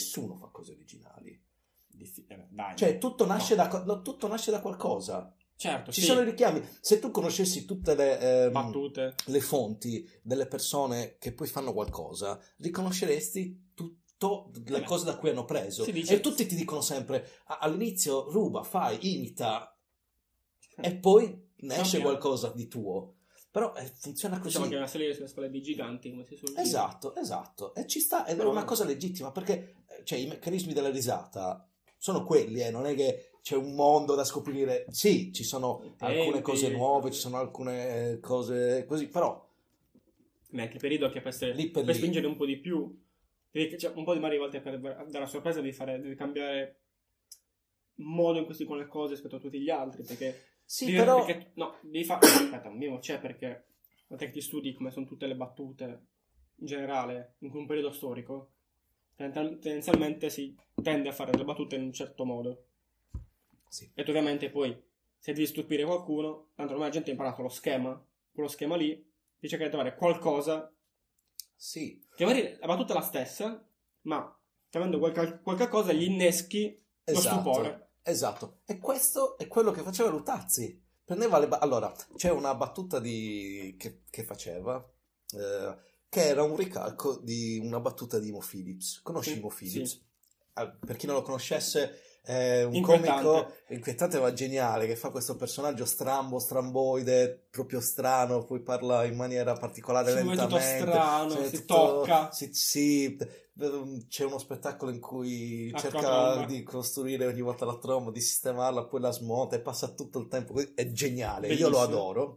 Dai. Cioè tutto nasce da qualcosa. Certo, Ci sì. sono i richiami. Se tu conoscessi tutte le battute, le fonti delle persone che poi fanno qualcosa, riconosceresti tutto le cose da cui hanno preso. Si dice... E tutti ti dicono sempre all'inizio ruba, fai, imita e poi ne esce qualcosa di tuo. Però funziona così. Diciamo che è una serie sulle spalle dei giganti, come si suol dire. Esatto. E ci sta, ed è una cosa legittima, perché cioè, i meccanismi della risata sono quelli, non è che c'è un mondo da scoprire. Sì, ci sono alcune cose nuove, ci sono alcune cose così, però anche il periodo che per spingere un po' di più, cioè, un po' di magari volte per dare la sorpresa devi cambiare modo in cui si dicono le cose rispetto a tutti gli altri, perché Sì, però... Perché, no, devi fare... Aspetta, un minimo c'è perché... Te che ti studi come sono tutte le battute in generale in un periodo storico, tendenzialmente si tende a fare le battute in un certo modo. Sì. E tu ovviamente poi, se devi stupire qualcuno, tanto ormai la gente ha imparato lo schema, quello schema lì, ti cerca di trovare qualcosa, Sì. che magari la battuta è la stessa, ma avendo qualche cosa gli inneschi lo stupore. Esatto. E questo è quello che faceva Luttazzi. Prendeva allora, c'è una battuta che faceva, che era un ricalco di una battuta di Mo Phillips. Conosci Sì, Mo Phillips? sì. Per chi non lo conoscesse, è un Inquietante. comico inquietante ma geniale, che fa questo personaggio stramboide, proprio strano, poi parla in maniera particolare, Si muove tutto lentamente. strano, si tocca. Sì, c'è uno spettacolo in cui La cerca tromba. di costruire ogni volta la tromba, di sistemarla, poi la smonta e passa tutto il tempo. È geniale, io lo Bellissimo. adoro.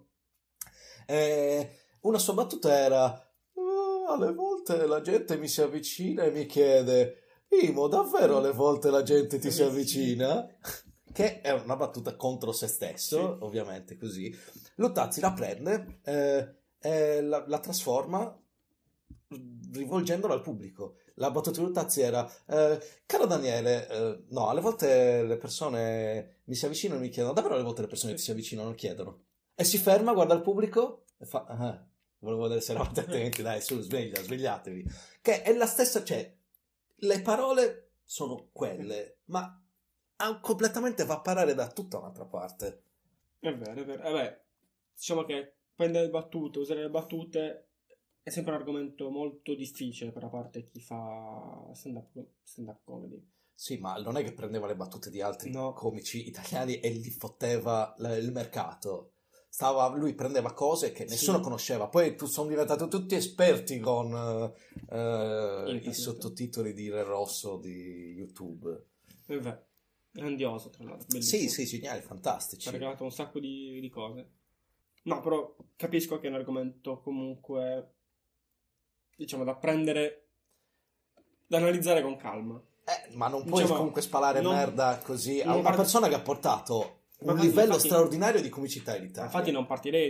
Una sua battuta era: alle volte la gente mi si avvicina e mi chiede: Imo, davvero alle volte la gente ti si avvicina? Che è una battuta contro se stesso, Sì. ovviamente così. Luttazzi la prende e la trasforma rivolgendola al pubblico. La battuta di Luttazzi era: caro Daniele, no, alle volte le persone mi si avvicinano e mi chiedono: davvero alle volte le persone ti si avvicinano e chiedono? E si ferma, guarda il pubblico e fa: volevo vedere se eravate attenti, dai, su, svegliatevi. Che è la stessa, cioè, le parole sono quelle, ma completamente va a parare da tutta un'altra parte. È vero, è vero. Vabbè, diciamo che prendere le battute, usare le battute è sempre un argomento molto difficile per la parte di chi fa stand-up comedy. Sì, ma non è che prendeva le battute di altri No. comici italiani e gli fotteva il mercato. Lui prendeva cose che nessuno Sì. conosceva, poi sono diventati tutti esperti con i Internet. sottotitoli di Re Rosso di YouTube. È vero. Grandioso, tra l'altro. Sì, Bellissimo. geniali, Ci fantastici. ha regalato un sacco di cose. No, però capisco che è un argomento comunque, diciamo, da prendere, da analizzare con calma. Ma non puoi Diciamo, comunque spalare non- merda così a non una part- persona che ha portato Ma un infatti- livello infatti- straordinario di comicità in Italia. Infatti non partirei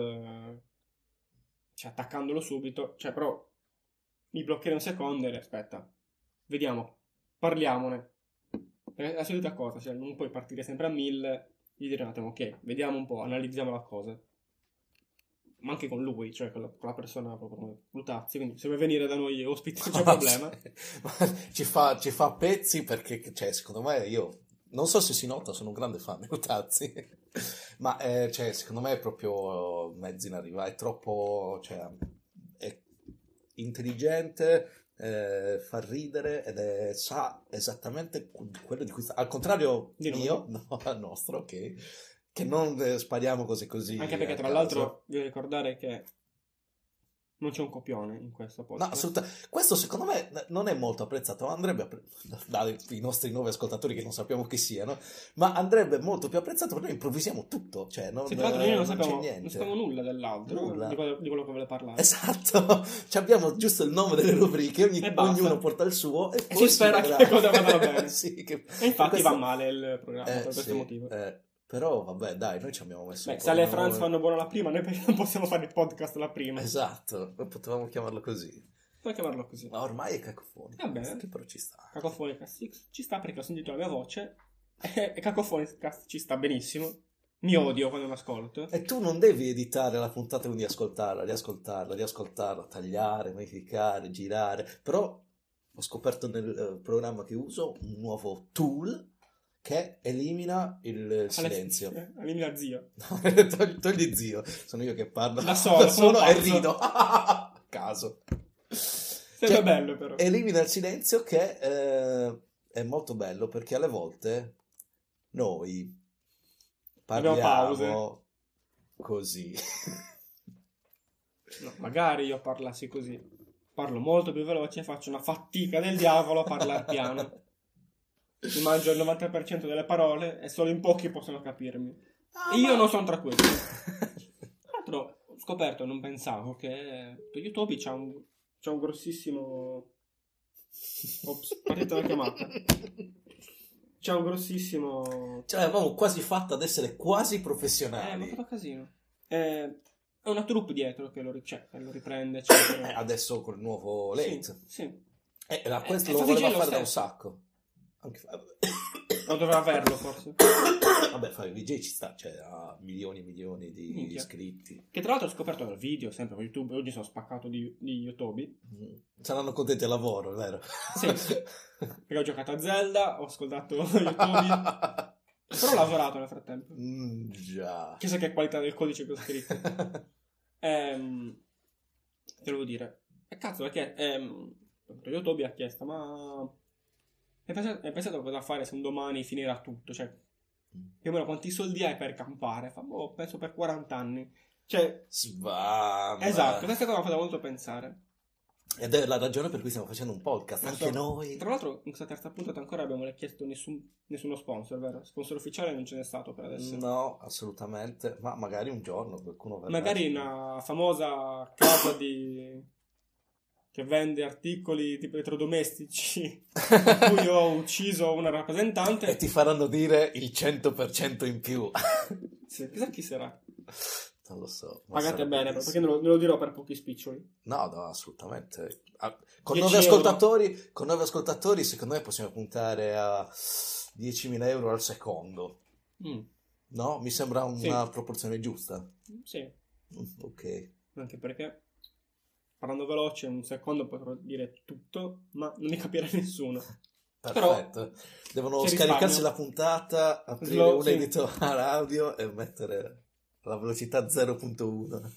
cioè attaccandolo subito, cioè però mi bloccherei un secondo e aspetta, vediamo, parliamone. È la solita cosa, cioè non puoi partire sempre a 1000, gli dire un attimo, ok, vediamo un po', analizziamo la cosa. Ma anche con lui, cioè con la persona proprio come Lutazzi, quindi se vuoi venire da noi ospiti non c'è problema. ci fa pezzi perché, cioè, secondo me, io non so se si nota, sono un grande fan di Lutazzi, ma cioè, secondo me è proprio mezzo in arriva, è troppo, cioè, è intelligente, fa ridere ed sa esattamente quello di cui sta, al contrario Di noi. mio, no, al nostro, che non spariamo così Anche perché a tra caso. l'altro devo ricordare che non c'è un copione in questo No, podcast. assolutamente. Questo secondo me non è molto apprezzato, ma andrebbe dai nostri nuovi ascoltatori che non sappiamo chi siano, ma andrebbe molto più apprezzato perché noi improvvisiamo tutto, cioè non, Sì, tra l'altro noi non c'è sappiamo niente. nulla dell'altro, Nulla. di quello che vuole parlare. Esatto, cioè abbiamo giusto il nome delle rubriche, E basta. ognuno porta il suo e E poi si spera vedrà. che le cose vadano bene. Sì, E infatti questo- va male il programma per questo sì, motivo. però vabbè, dai, noi ci abbiamo messo Beh, un po' se alle di Franz nome. fanno buono la prima, noi perché non possiamo fare il podcast la prima? Esatto, potevamo chiamarlo così. Puoi chiamarlo così. Ma ormai è cacofonica. Va bene. Che però ci sta. Cacofonica ci sta perché ho sentito la mia voce e Cacofonica ci sta benissimo. Mi odio quando mi ascolto. E tu non devi editare la puntata, quindi riascoltarla, tagliare, modificare, girare. Però ho scoperto nel programma che uso un nuovo tool che elimina il silenzio. Elimina zio. Togli zio, sono io che parlo Da solo, da solo come e un pazzo. rido. A caso. Sembra bello però. Elimina il silenzio che è molto bello perché alle volte noi Abbiamo parliamo così. No, magari io parlassi così. Parlo molto più veloce e faccio una fatica del diavolo a parlare piano. Mi mangio il 90% delle parole e solo in pochi possono capirmi. Ah, E io ma- non sono tra questi. Tra l'altro ho scoperto, non pensavo, che per YouTube c'è un grossissimo... Ops, partita la chiamata. C'è un grossissimo... Cioè, avevamo quasi fatto ad essere quasi ma professionali. fa casino. È una troupe dietro che che lo riprende, eccetera. Adesso col nuovo Late. Sì. Questo È lo voleva Favij lo fare da un stesso. sacco. Anche Non doveva averlo, forse. Vabbè, fare VJ ci sta, cioè ha milioni e milioni di Minchia. iscritti. Che tra l'altro ho scoperto dal video, sempre su YouTube. Oggi sono spaccato di YouTube. Saranno contenti al lavoro, è vero? Sì. Perché ho giocato a Zelda, ho ascoltato YouTube. Però ho lavorato nel frattempo. Già. Chissà che qualità del codice che ho scritto. Che devo dire? Cazzo, perché YouTube ha chiesto, ma hai pensato a cosa fare se un domani finirà tutto? Cioè, più o meno quanti soldi hai per campare? Penso per 40 anni. Cioè, Sbam. esatto, questa cosa mi ha fatto molto pensare. Ed è la ragione per cui stiamo facendo un podcast, Non anche so. noi. Tra l'altro, in questa terza puntata ancora abbiamo chiesto nessuno sponsor, vero? Sponsor ufficiale non ce n'è stato per adesso. No, assolutamente, ma magari un giorno qualcuno verrà. Magari una famosa casa che vende articoli tipo elettrodomestici in cui ho ucciso una E rappresentante. ti faranno dire il 100% in più. Sì, chissà chi sarà. Non lo so. ma Pagate sarebbe bene, bellissimo. perché non lo dirò per pochi spiccioli. No, assolutamente. Con 10 nuovi ascoltatori, secondo me possiamo puntare a 10.000 euro al secondo. No? Mi sembra una proporzione giusta. Sì, Ok. anche perché parlando veloce un secondo potrò dire tutto, ma non mi capirà nessuno. Perfetto. Devono c'è scaricarsi risparmio. la puntata, aprire Slow, un sì. editor audio e mettere la velocità 0.1.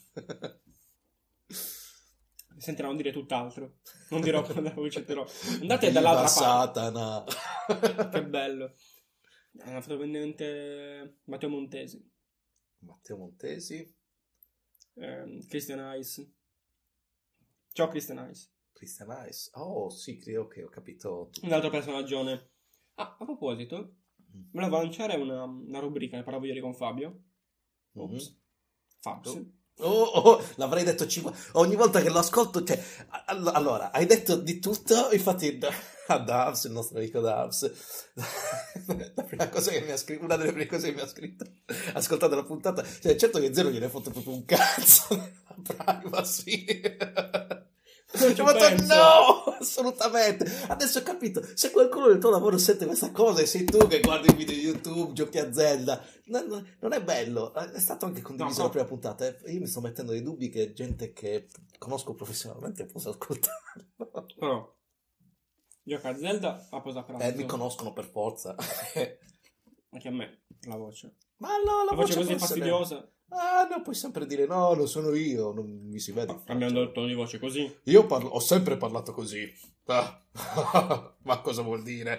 Sentiranno dire tutt'altro. Non dirò cosa citerò. Andate Viva dall'altra parte. Satana. Che bello. Hanno fatto venire Matteo Montesi, Matteo Montesi, Christian Ice. Ciao Christian Ice. Christian Ice. Oh, sì, credo che ho capito tutto. Un altro personaggione. Ah, a proposito, volevo lanciare una rubrica, ne parlavo ieri con Fabio. Ops. Fabs. L'avrei detto 5 ogni volta che lo ascolto, cioè, allora, hai detto di tutto, infatti a Davs, il nostro amico Davs, la prima cosa che mi ha scritto, una delle prime cose che mi ha scritto, ascoltando la puntata, cioè, certo che Zero gliene ha fatto proprio un cazzo della privacy. Non ci Ho fatto, penso. no, assolutamente. Adesso ho capito, se qualcuno del tuo lavoro sente questa cosa e sei tu che guardi i video YouTube, giochi a Zelda, non è bello. È stato anche condiviso No, la prima puntata. Io mi sto mettendo dei dubbi che gente che conosco professionalmente possa ascoltarlo. Però, gioca a Zelda a posa pranzo. Mi conoscono per forza. Anche a me, la voce. Ma no, La voce così forse fastidiosa. Ah, no, puoi sempre dire no, lo sono io, non mi si vede. in Cambiando faccia. il tono di voce così. Io ho sempre parlato così. Ma cosa vuol dire?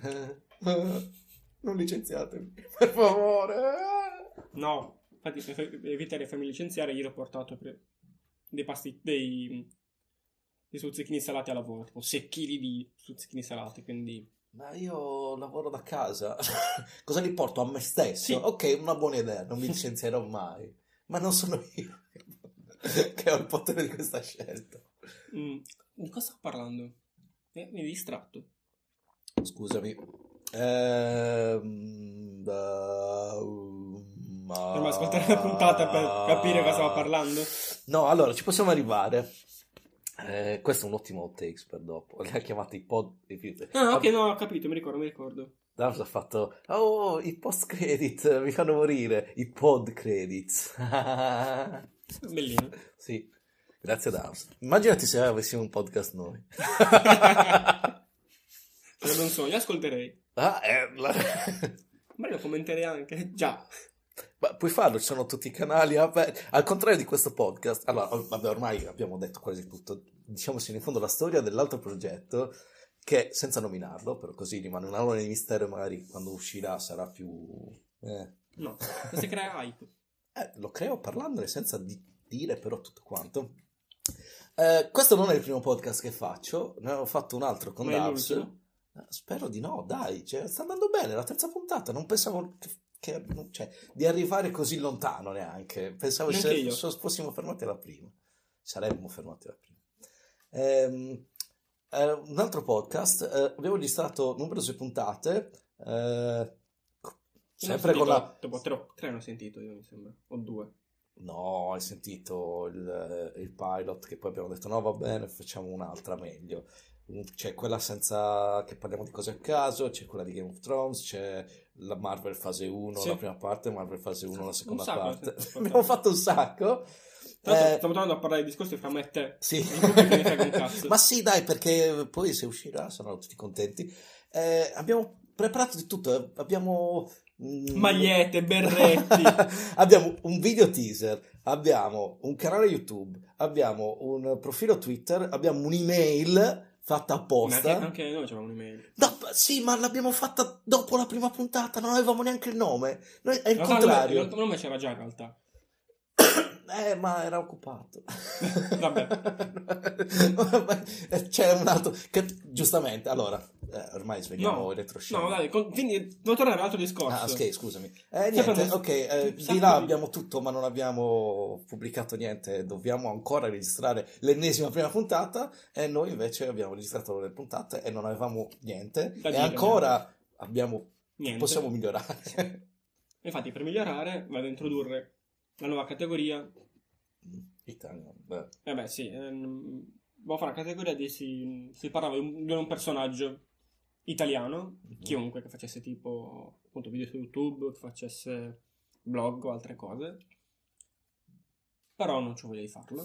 Non licenziatemi, per favore. No, infatti per evitare di farmi licenziare ieri ho portato dei stuzzichini salati a lavoro, tipo 6 kg di stuzzichini salati, quindi... Ma io lavoro da casa. Cosa li porto a me stesso? Sì. Ok, una buona idea, non mi licenzierò mai. Ma non sono io che ho il potere di questa scelta. Di cosa stavo parlando? Mi hai distratto. Scusami. Dobbiamo ascoltare la puntata per capire cosa stavo parlando. No, allora, ci possiamo arrivare. Questo è un ottimo outtakes per dopo. Li ha chiamati i pod... Ah, ok, no, ho capito, mi ricordo. Dams ha fatto i post credit mi fanno morire, i pod credits. Bellino. Sì, grazie Dams. Immaginati se avessimo un podcast noi. Non so, li ascolterei. Ma io commenterei anche. Già. Ma puoi farlo, ci sono tutti i canali al contrario di questo podcast. Allora, vabbè, ormai abbiamo detto quasi tutto. Diciamo sino in fondo la storia dell'altro progetto, che senza nominarlo, però così rimane un alone di mistero e magari quando uscirà sarà più... No, si crea hype. Lo creo parlandone senza dire però tutto quanto. Questo non è il primo podcast che faccio, ne ho fatto un altro con Ma è Davs. l'ultimo? Spero di no, dai, cioè, sta andando bene, la terza puntata, non pensavo di arrivare così lontano neanche, pensavo Neanche io. se fossimo fermati alla prima, saremmo fermati alla prima. Un altro podcast, abbiamo registrato numerose puntate, Sempre con la... Tipo tre ne ho sentito io, mi sembra, o 2. No, hai sentito il pilot che poi abbiamo detto no, va bene, facciamo un'altra meglio. C'è quella senza che parliamo di cose a caso, c'è quella di Game of Thrones, c'è la Marvel fase 1, Sì. la prima parte, Marvel fase 1, la seconda sacco, parte. sì, Abbiamo fatto un sacco. Tra l'altro stiamo tornando a parlare di discorsi fra me e te. Sì. Di cui te ne frega un cazzo. Ma sì, dai, perché poi se uscirà saranno tutti contenti. Abbiamo preparato di tutto, abbiamo... Magliette, berretti. Abbiamo un video teaser, abbiamo un canale YouTube, abbiamo un profilo Twitter, abbiamo un'email fatta Ma apposta. anche noi c'avevamo un'email. No, sì, ma l'abbiamo fatta dopo la prima puntata, non avevamo neanche il nome. È il In realtà contrario. il nome c'era già in realtà. Ma era occupato. Vabbè. C'è un altro che giustamente, allora, ormai svegliamo No, il retroscena. no, dai, quindi devo tornare all'altro discorso. Ah, ok, scusami. Sempre Niente, un ok, di sacco là di- abbiamo tutto, ma non abbiamo pubblicato niente. Dobbiamo ancora registrare l'ennesima prima puntata e noi invece abbiamo registrato le puntate e non avevamo niente. Da E dire, ancora abbiamo, Niente. possiamo migliorare. Infatti, per migliorare, vado a introdurre la nuova categoria. Italiano, beh. Beh, sì, volevo fare una categoria di si parlava di un personaggio italiano, chiunque che facesse tipo appunto video su YouTube, che facesse blog o altre cose. Però non ci volevi farlo.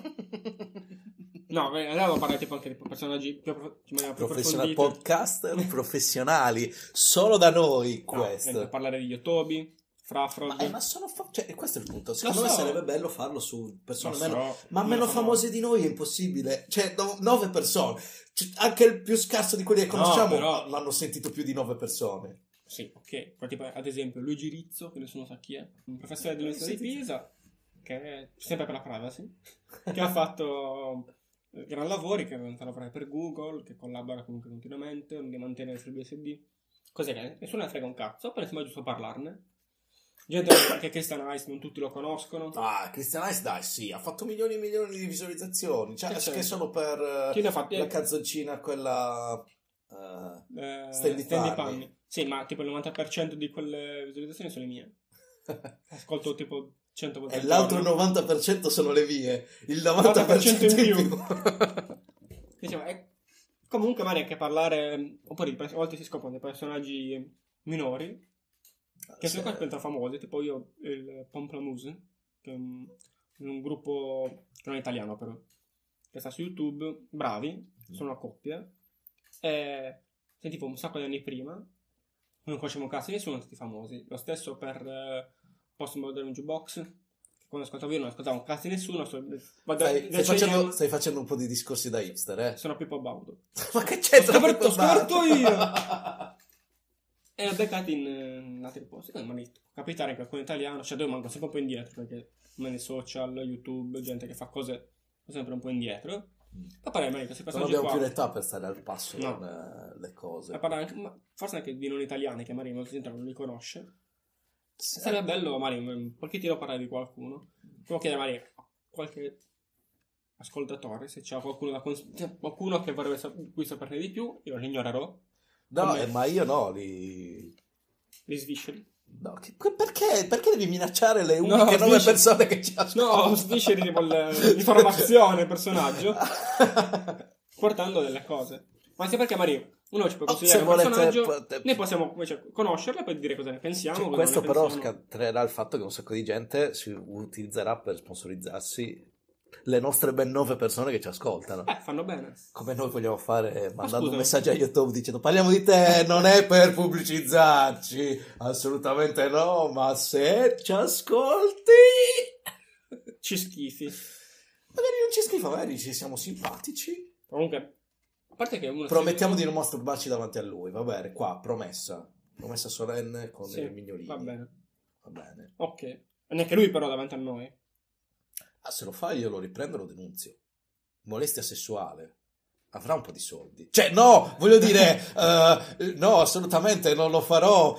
No, andiamo a parlare tipo anche di personaggi più in maniera più Professional approfondita. podcaster professionali, solo da noi No, questo. parlare di Yotobi, Frafrog. Ma sono cioè, questo è il punto. Secondo Lo me so. sarebbe bello farlo su persone Lo meno, so, ma meno famose di noi è impossibile. Cioè, 9 persone. Cioè, anche il più scarso di quelli che No, conosciamo però- l'hanno sentito più di 9 persone. Sì, ok. Poi, tipo, ad esempio, Luigi Rizzo, che nessuno sa chi è, un professore dell'Università di Pisa, che è sempre per la privacy, che ha fatto gran lavori, che è venuto a lavorare per Google, che collabora comunque continuamente, di mantenere sul BSD. Cos'è che nessuno ne frega un cazzo, però sembra giusto parlarne. Gente che Christian Ice non tutti lo conoscono. Ah, Christian Ice, dai, sì, ha fatto milioni e milioni di visualizzazioni. Cioè, Sì, che certo. solo per Chi ne ha fatti? la canzoncina, quella... Stendi Stendi Panni. Sì, ma tipo il 90% di quelle visualizzazioni sono le mie. Ascolto tipo 100 volte E al l'altro giorno. 90% sono le mie. Il 90% 90% in in più. più. Diciamo, comunque magari anche parlare, oppure a volte si scoprono dei personaggi minori che sono diventano famosi, tipo io il Pomplamoose, che è un gruppo che non è italiano però, che sta su YouTube, bravi, sono una coppia, e sentivo un sacco di anni prima, non conoscevo un cazzo di nessuno, tutti famosi. Lo stesso per Post Modern Jukebox, che quando ascoltavo io non ascoltavo un cazzo di nessuno, Stai facendo un po' di discorsi da hipster, eh? sono Pippo Baudo. Ma che c'entra? Ho scoperto io! E l'ho beccato in altri posti. Ma può capitare che qualcuno italiano, cioè dove manco sempre un po' indietro, perché nei social, YouTube, gente che fa cose sempre un po' indietro. Ma parlare magari di questi Non personaggi abbiamo qua. più l'età per stare al passo No. con le cose. Ma parlare anche, forse anche di non italiani, che magari molta gente non li conosce. Sarebbe bello magari un pochettino parlare di qualcuno. Devo chiedere magari a qualche ascoltatore se c'è qualcuno qualcuno che vorrebbe cui saperne di più. Io li ignorerò. No, Come- ma io no, li... Li svisceri. No, perché? Perché devi minacciare le No, uniche 9 svisceri- persone che ci ascoltano? No, svisceri tipo l'informazione, il personaggio, portando delle cose. Ma anche perché magari uno ci può consigliare se un volete, personaggio, noi possiamo invece conoscerlo e poi dire cosa ne pensiamo. Cioè, cosa questo non ne però pensiamo. scatenerà il fatto che un sacco di gente si utilizzerà per sponsorizzarsi le nostre ben 9 persone che ci ascoltano. Fanno bene. Come noi vogliamo fare mandando scusa. un messaggio a YouTube dicendo parliamo di te, non è per pubblicizzarci, assolutamente no, ma se ci ascolti Ci schifi. magari non ci scriva, magari ci siamo simpatici. Comunque, a parte che uno Promettiamo di non masturbarci davanti a lui, va bene, qua, promessa solenne con Sì, i mignolini. va bene. Va bene. Ok. E neanche lui però davanti a noi. Ah, se lo fa io lo riprendo e lo denunzio. Molestia sessuale. Avrà un po' di soldi. Cioè, no, voglio dire, no, assolutamente non lo farò.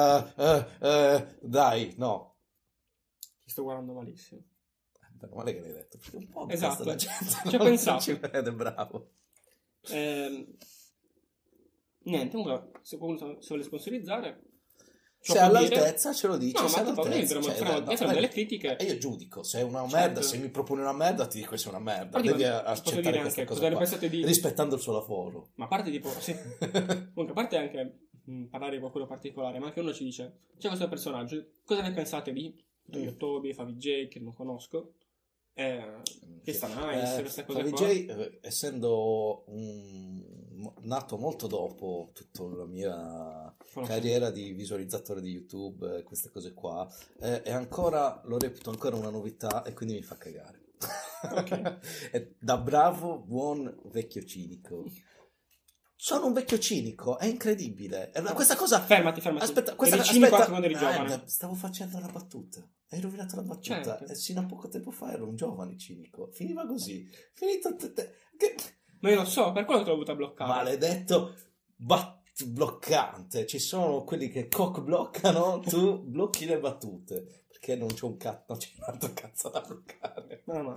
Dai, no. Ti sto guardando malissimo. Meno male che l'hai detto, perché un po' Esatto. la gente Ci ho non pensato. ci vede, bravo. Niente, comunque, se qualcuno se vuole sponsorizzare... Se è all'altezza ce lo dici, No, se è ma tipo, noi all'altezza, faremo delle critiche. E io giudico, se è una Certo. merda, se mi proponi una merda ti dico che sei una merda, Però, devi tipo, posso accettare dire questa anche cosa cosa ne qua, pensate di... rispettando il suo lavoro. Ma a parte tipo, sì. Comunque, a parte anche parlare di qualcuno particolare, ma anche uno ci dice, c'è questo personaggio, cosa ne pensate di Yotobi, Favij, che non conosco, che sta nice, queste cose qua. Favij, essendo nato molto dopo tutta la mia carriera di visualizzatore di YouTube, queste cose qua, è ancora, lo reputo ancora una novità e quindi mi fa cagare. Ok. È da bravo, buon vecchio cinico. Sono un vecchio cinico, è incredibile. Questa cosa... Fermati. Aspetta, Eri cinico anche quando eri giovane. Stavo facendo la battuta. Hai rovinato la battuta. Certo. E sino a poco tempo fa ero un giovane cinico. Finiva così. Finito... Ma io lo so, per quello te l'ho avuta bloccare. Maledetto bloccante. Ci sono quelli che cock bloccano, tu blocchi le battute. Perché non c'è un cazzo, non c'è un altro cazzo da bloccare. No.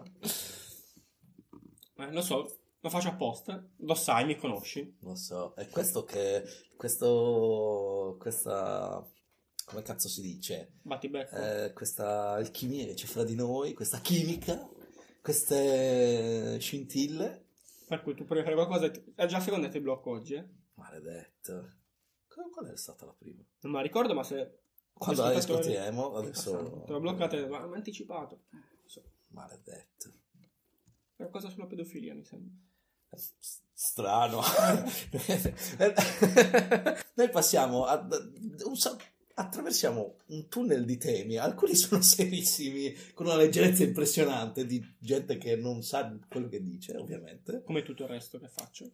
Lo so, lo faccio apposta. Lo sai, mi conosci. Lo so, è questa, come cazzo si dice? Battibecco. Questa alchimia che c'è fra di noi, questa chimica, queste scintille. Per cui tu puoi fare qualcosa e già secondo te ti blocco oggi, Maledetto. Qual è stata la prima? Non me la ricordo, ma se... Quando la ascoltiamo, adesso... Te l'ho bloccata, ma mi ha anticipato. So. Maledetto. Qualcosa sulla pedofilia, mi sembra. Strano. Noi passiamo attraversiamo un tunnel di temi, alcuni sono serissimi, con una leggerezza impressionante di gente che non sa quello che dice, ovviamente. Come tutto il resto che faccio.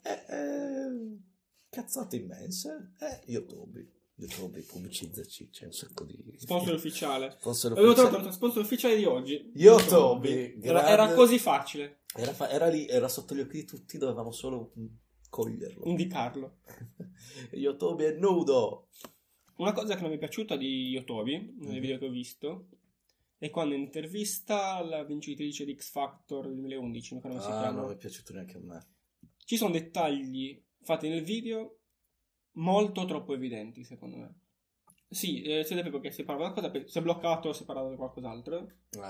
Cazzate immense. Yotobi, pubblicizzaci, c'è un sacco di... Sponsor ufficiale. Avevo trovato il sponsor ufficiale di oggi. Yotobi. Era così facile. Era lì, era sotto gli occhi di tutti, dovevamo solo coglierlo. Indicarlo. Yotobi è nudo. Una cosa che non mi è piaciuta di Yotobi, nei video che ho visto, è quando intervista la vincitrice di X Factor 2011, come si chiama. Non mi è piaciuto neanche a me. Ci sono dettagli fatti nel video molto troppo evidenti, secondo me. Sì, siete proprio che si parla di una cosa, si è bloccato o si parla di qualcos'altro.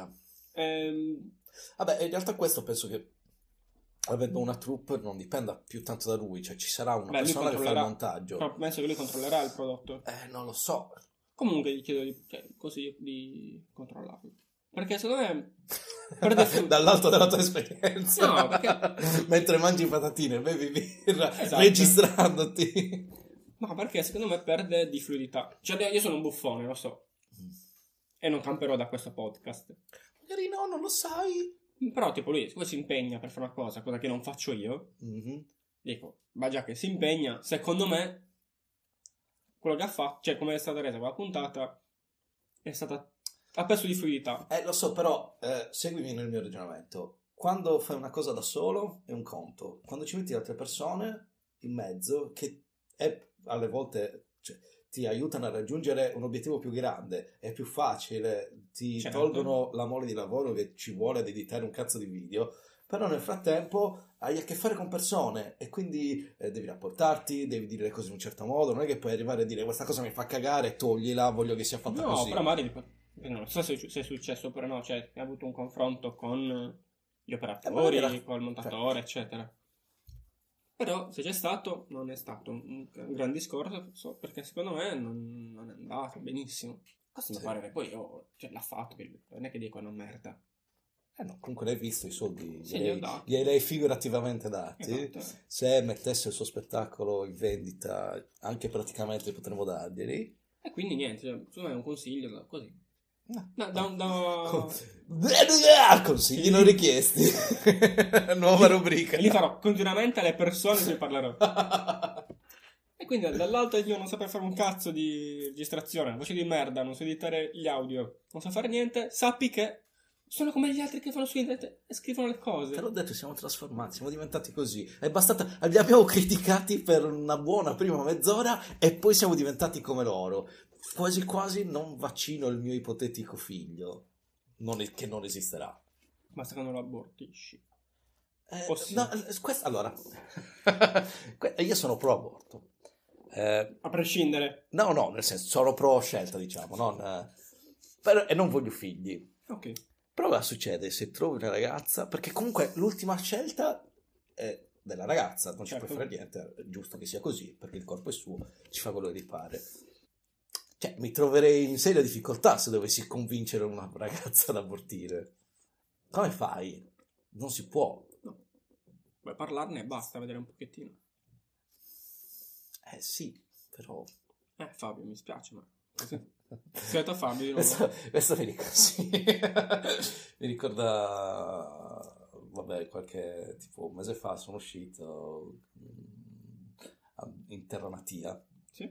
Vabbè, in realtà questo penso che avendo una troupe non dipenda più tanto da lui, cioè ci sarà una persona che fa il montaggio. Però penso che lui controllerà il prodotto. Non lo so. Comunque gli chiedo di controllarlo. Perché secondo me... Dall'alto della tua esperienza. No, perché... Mentre mangi patatine, bevi birra, Esatto. registrandoti. No, perché secondo me perde di fluidità. Cioè io sono un buffone, lo so. E non camperò da questo podcast. Magari no, non lo sai. Però tipo lui si impegna per fare una cosa che non faccio io. Dico, ma già che si impegna, secondo me quello che ha fatto, cioè come è stata resa quella puntata, è stata a perso di fluidità. Lo so, però seguimi nel mio ragionamento. Quando fai una cosa da solo è un conto. Quando ci metti altre persone in mezzo, che alle volte ti aiutano a raggiungere un obiettivo più grande, è più facile, ti tolgono la mole di lavoro che ci vuole ad editare un cazzo di video, però nel frattempo hai a che fare con persone e quindi devi rapportarti, devi dire le cose in un certo modo, non è che puoi arrivare a dire questa cosa mi fa cagare, toglila, voglio che sia fatta così. No, però magari non so se è successo oppure no, cioè hai avuto un confronto con gli operatori, col montatore, eccetera. Però se c'è stato, non è stato un gran discorso, perché secondo me non è andato benissimo. Questo mi pare che poi l'ha fatto, non è che dico è una merda. No, comunque l'hai visto, i soldi gliel'hai figurativamente dati. Esatto. Se mettesse il suo spettacolo in vendita, anche praticamente potremmo darglieli. E quindi niente, secondo me è un consiglio così. Consigli non richiesti. Nuova rubrica. E li farò continuamente alle persone di cui parlerò. E quindi dall'alto io non saper fare un cazzo di registrazione, voce di merda, non so editare gli audio, non so fare niente, sappi che sono come gli altri che fanno su internet e scrivono le cose. Te l'ho detto, siamo trasformati, siamo diventati così. È bastato, li abbiamo criticati per una buona prima mezz'ora e poi siamo diventati come loro. Quasi quasi non vaccino il mio ipotetico figlio, che non esisterà. Ma secondo lo abortisci? No, allora, io sono pro aborto. A prescindere. No, nel senso, sono pro scelta, diciamo, e non voglio figli. Ok. Però cosa succede se trovi una ragazza? Perché comunque l'ultima scelta è della ragazza, non ci puoi fare niente, è giusto che sia così, perché il corpo è suo, ci fa quello che gli pare. Cioè, mi troverei in seria difficoltà se dovessi convincere una ragazza ad abortire. Come fai? Non si può. No. Vuoi parlarne e basta, vedere un pochettino. Sì, però... Fabio, mi spiace, ma... Aspetta Fabio. Questo mi ricorda... Vabbè, qualche tipo un mese fa sono uscito in Terra Natia. Sì.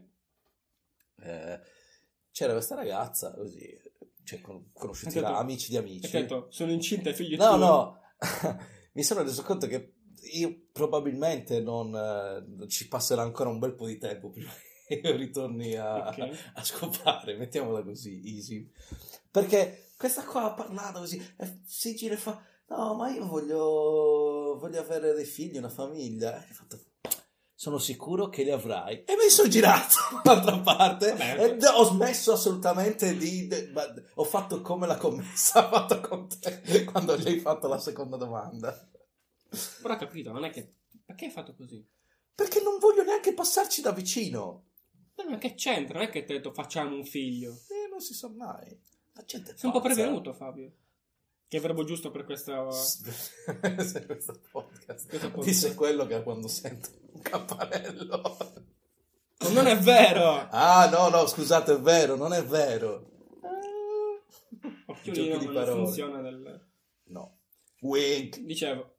C'era questa ragazza così, cioè conosciuti amici di amici. Certo, sono incinta e figli No, mi sono reso conto che io probabilmente non ci passerà ancora un bel po' di tempo prima che io ritorni a scopare, mettiamola così, easy. Perché questa qua ha parlato così, si gira e fa, no, ma io voglio avere dei figli, una famiglia. E ho fatto, sono sicuro che li avrai. E mi sono girato dall'altra parte e ho smesso assolutamente ho fatto come la commessa ha fatto con te quando gli hai fatto la seconda domanda. Però ho capito, non è che... Perché hai fatto così? Perché non voglio neanche passarci da vicino. Ma che c'entra? Non è che ti ho detto facciamo un figlio. Non si sa mai. La gente è sei un po' prevenuto, Fabio. Che verbo giusto per questa... questo podcast. Disse quello che quando sento un campanello. Non è vero! Ah, no, scusate, è vero, non è vero. Occhiolino non parole. Funziona del... No. Wink. Dicevo,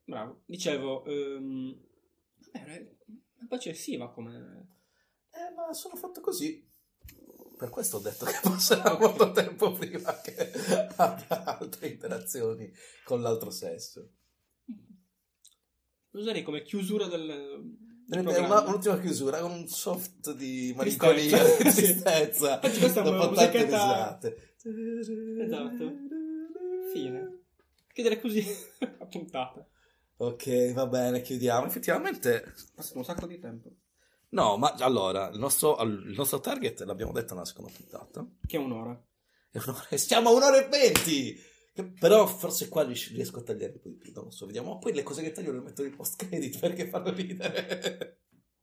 invece sì, va come... ma sono fatto così. Per questo ho detto che passerà molto tempo prima che abbia altre interazioni con l'altro sesso. Lo userei come chiusura del un'ultima chiusura con un soft di malinconia, tristezza, dopo tante risate. Esatto. Fine. Chiudere così la puntata. Ok, va bene, chiudiamo. Effettivamente passa un sacco di tempo. No, ma allora, il nostro target l'abbiamo detto nella seconda puntata. Che è un'ora. Siamo a 1 ora e 20! Però forse qua riesco a tagliare un po' di più, non lo so, vediamo. Ma poi le cose che taglio le metto nei post-credit perché fanno ridere.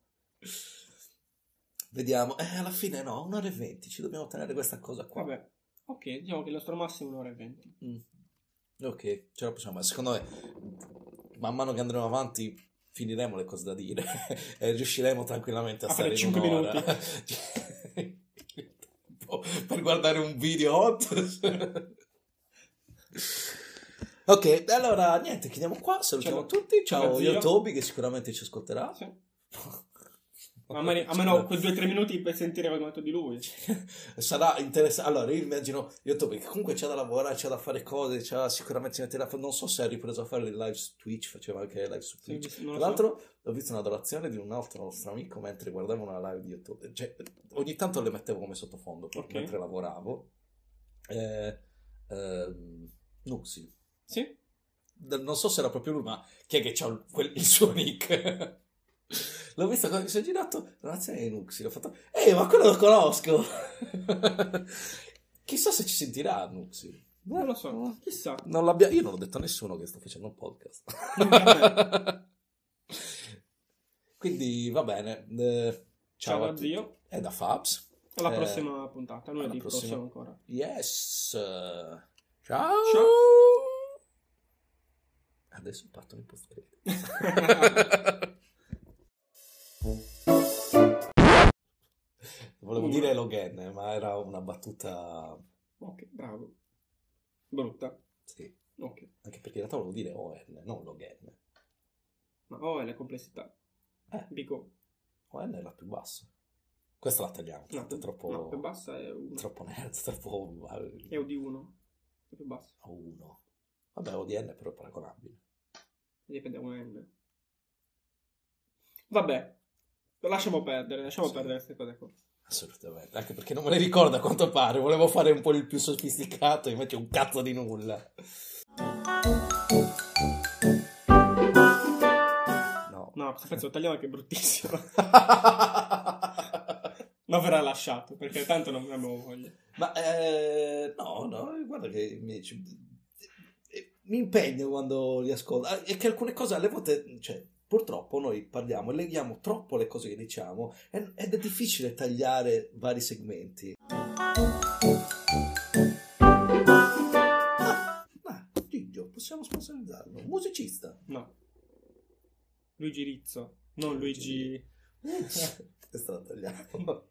Vediamo. Alla fine no, 1 ora e 20, ci dobbiamo tenere questa cosa qua. Vabbè, ok, diciamo che il nostro massimo è 1 ora e 20. Ok, ce la possiamo. Secondo me, man mano che andremo avanti... finiremo le cose da dire e riusciremo tranquillamente a stare in 5 minuti per guardare un video hot. Ok, allora niente, chiudiamo qua, salutiamo tutti, ciao io Toby che sicuramente ci ascolterà. Sì. A meno quei 2 o 3 minuti per sentire il commento di lui. Sarà interessante. Allora, io immagino Toby che comunque c'è da lavorare, c'è da fare cose, sicuramente si metterà. Non so se ha ripreso a fare le live su Twitch, faceva anche live su Twitch. Sì, tra l'altro, ho visto una donazione di un altro nostro amico mentre guardavo una live di YouTube. Cioè, ogni tanto le mettevo come sottofondo mentre lavoravo. Nuxi. Sì? Non so se era proprio lui, ma chi è che c'ha il suo nick? L'ho visto quando mi sono girato la nazione di Nuxi, l'ho fatto ma quello lo conosco. Chissà se ci sentirà Nuxi. Non lo so, chissà. Io non l'ho detto a nessuno che sto facendo un podcast. Quindi va bene, ciao a zio e da Fabs alla prossima puntata, lunedì prossimo ancora. Yes, ciao. Adesso partono i post. Volevo dire Logan, ma era una battuta. Ok, bravo. Brutta. Sì. Ok. Anche perché in realtà volevo dire ON, non Logan. Ma O è la complessità. Bico. ON è la più bassa. Questa la tagliamo. No, è troppo. No, più bassa è 1. Troppo nerd, troppo. È O di 1. È più bassa. 1. Vabbè, ODN è però paragonabile. Dipende da un N. Vabbè. Lasciamo perdere queste cose qua. Assolutamente, anche perché non me le ricordo a quanto pare. Volevo fare un po' il più sofisticato, invece un cazzo di nulla. No, questo pezzo lo tagliamo che è bruttissimo. Ma verrà lasciato, perché tanto non abbiamo voglia. Ma no, guarda che mi impegno quando li ascolto. E che alcune cose alle volte, cioè, purtroppo noi parliamo e leghiamo troppo le cose che diciamo ed è difficile tagliare vari segmenti. Gigio, possiamo sponsorizzarlo. Musicista. No. Luigi Rizzo, non Luigi... Questa la tagliamo.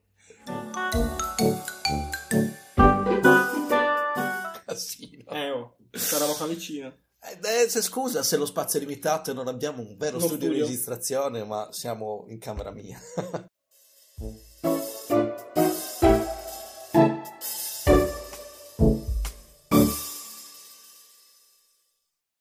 Casino. Sarò qua vicino. Scusa se lo spazio è limitato e non abbiamo un vero studio di registrazione, ma siamo in camera mia.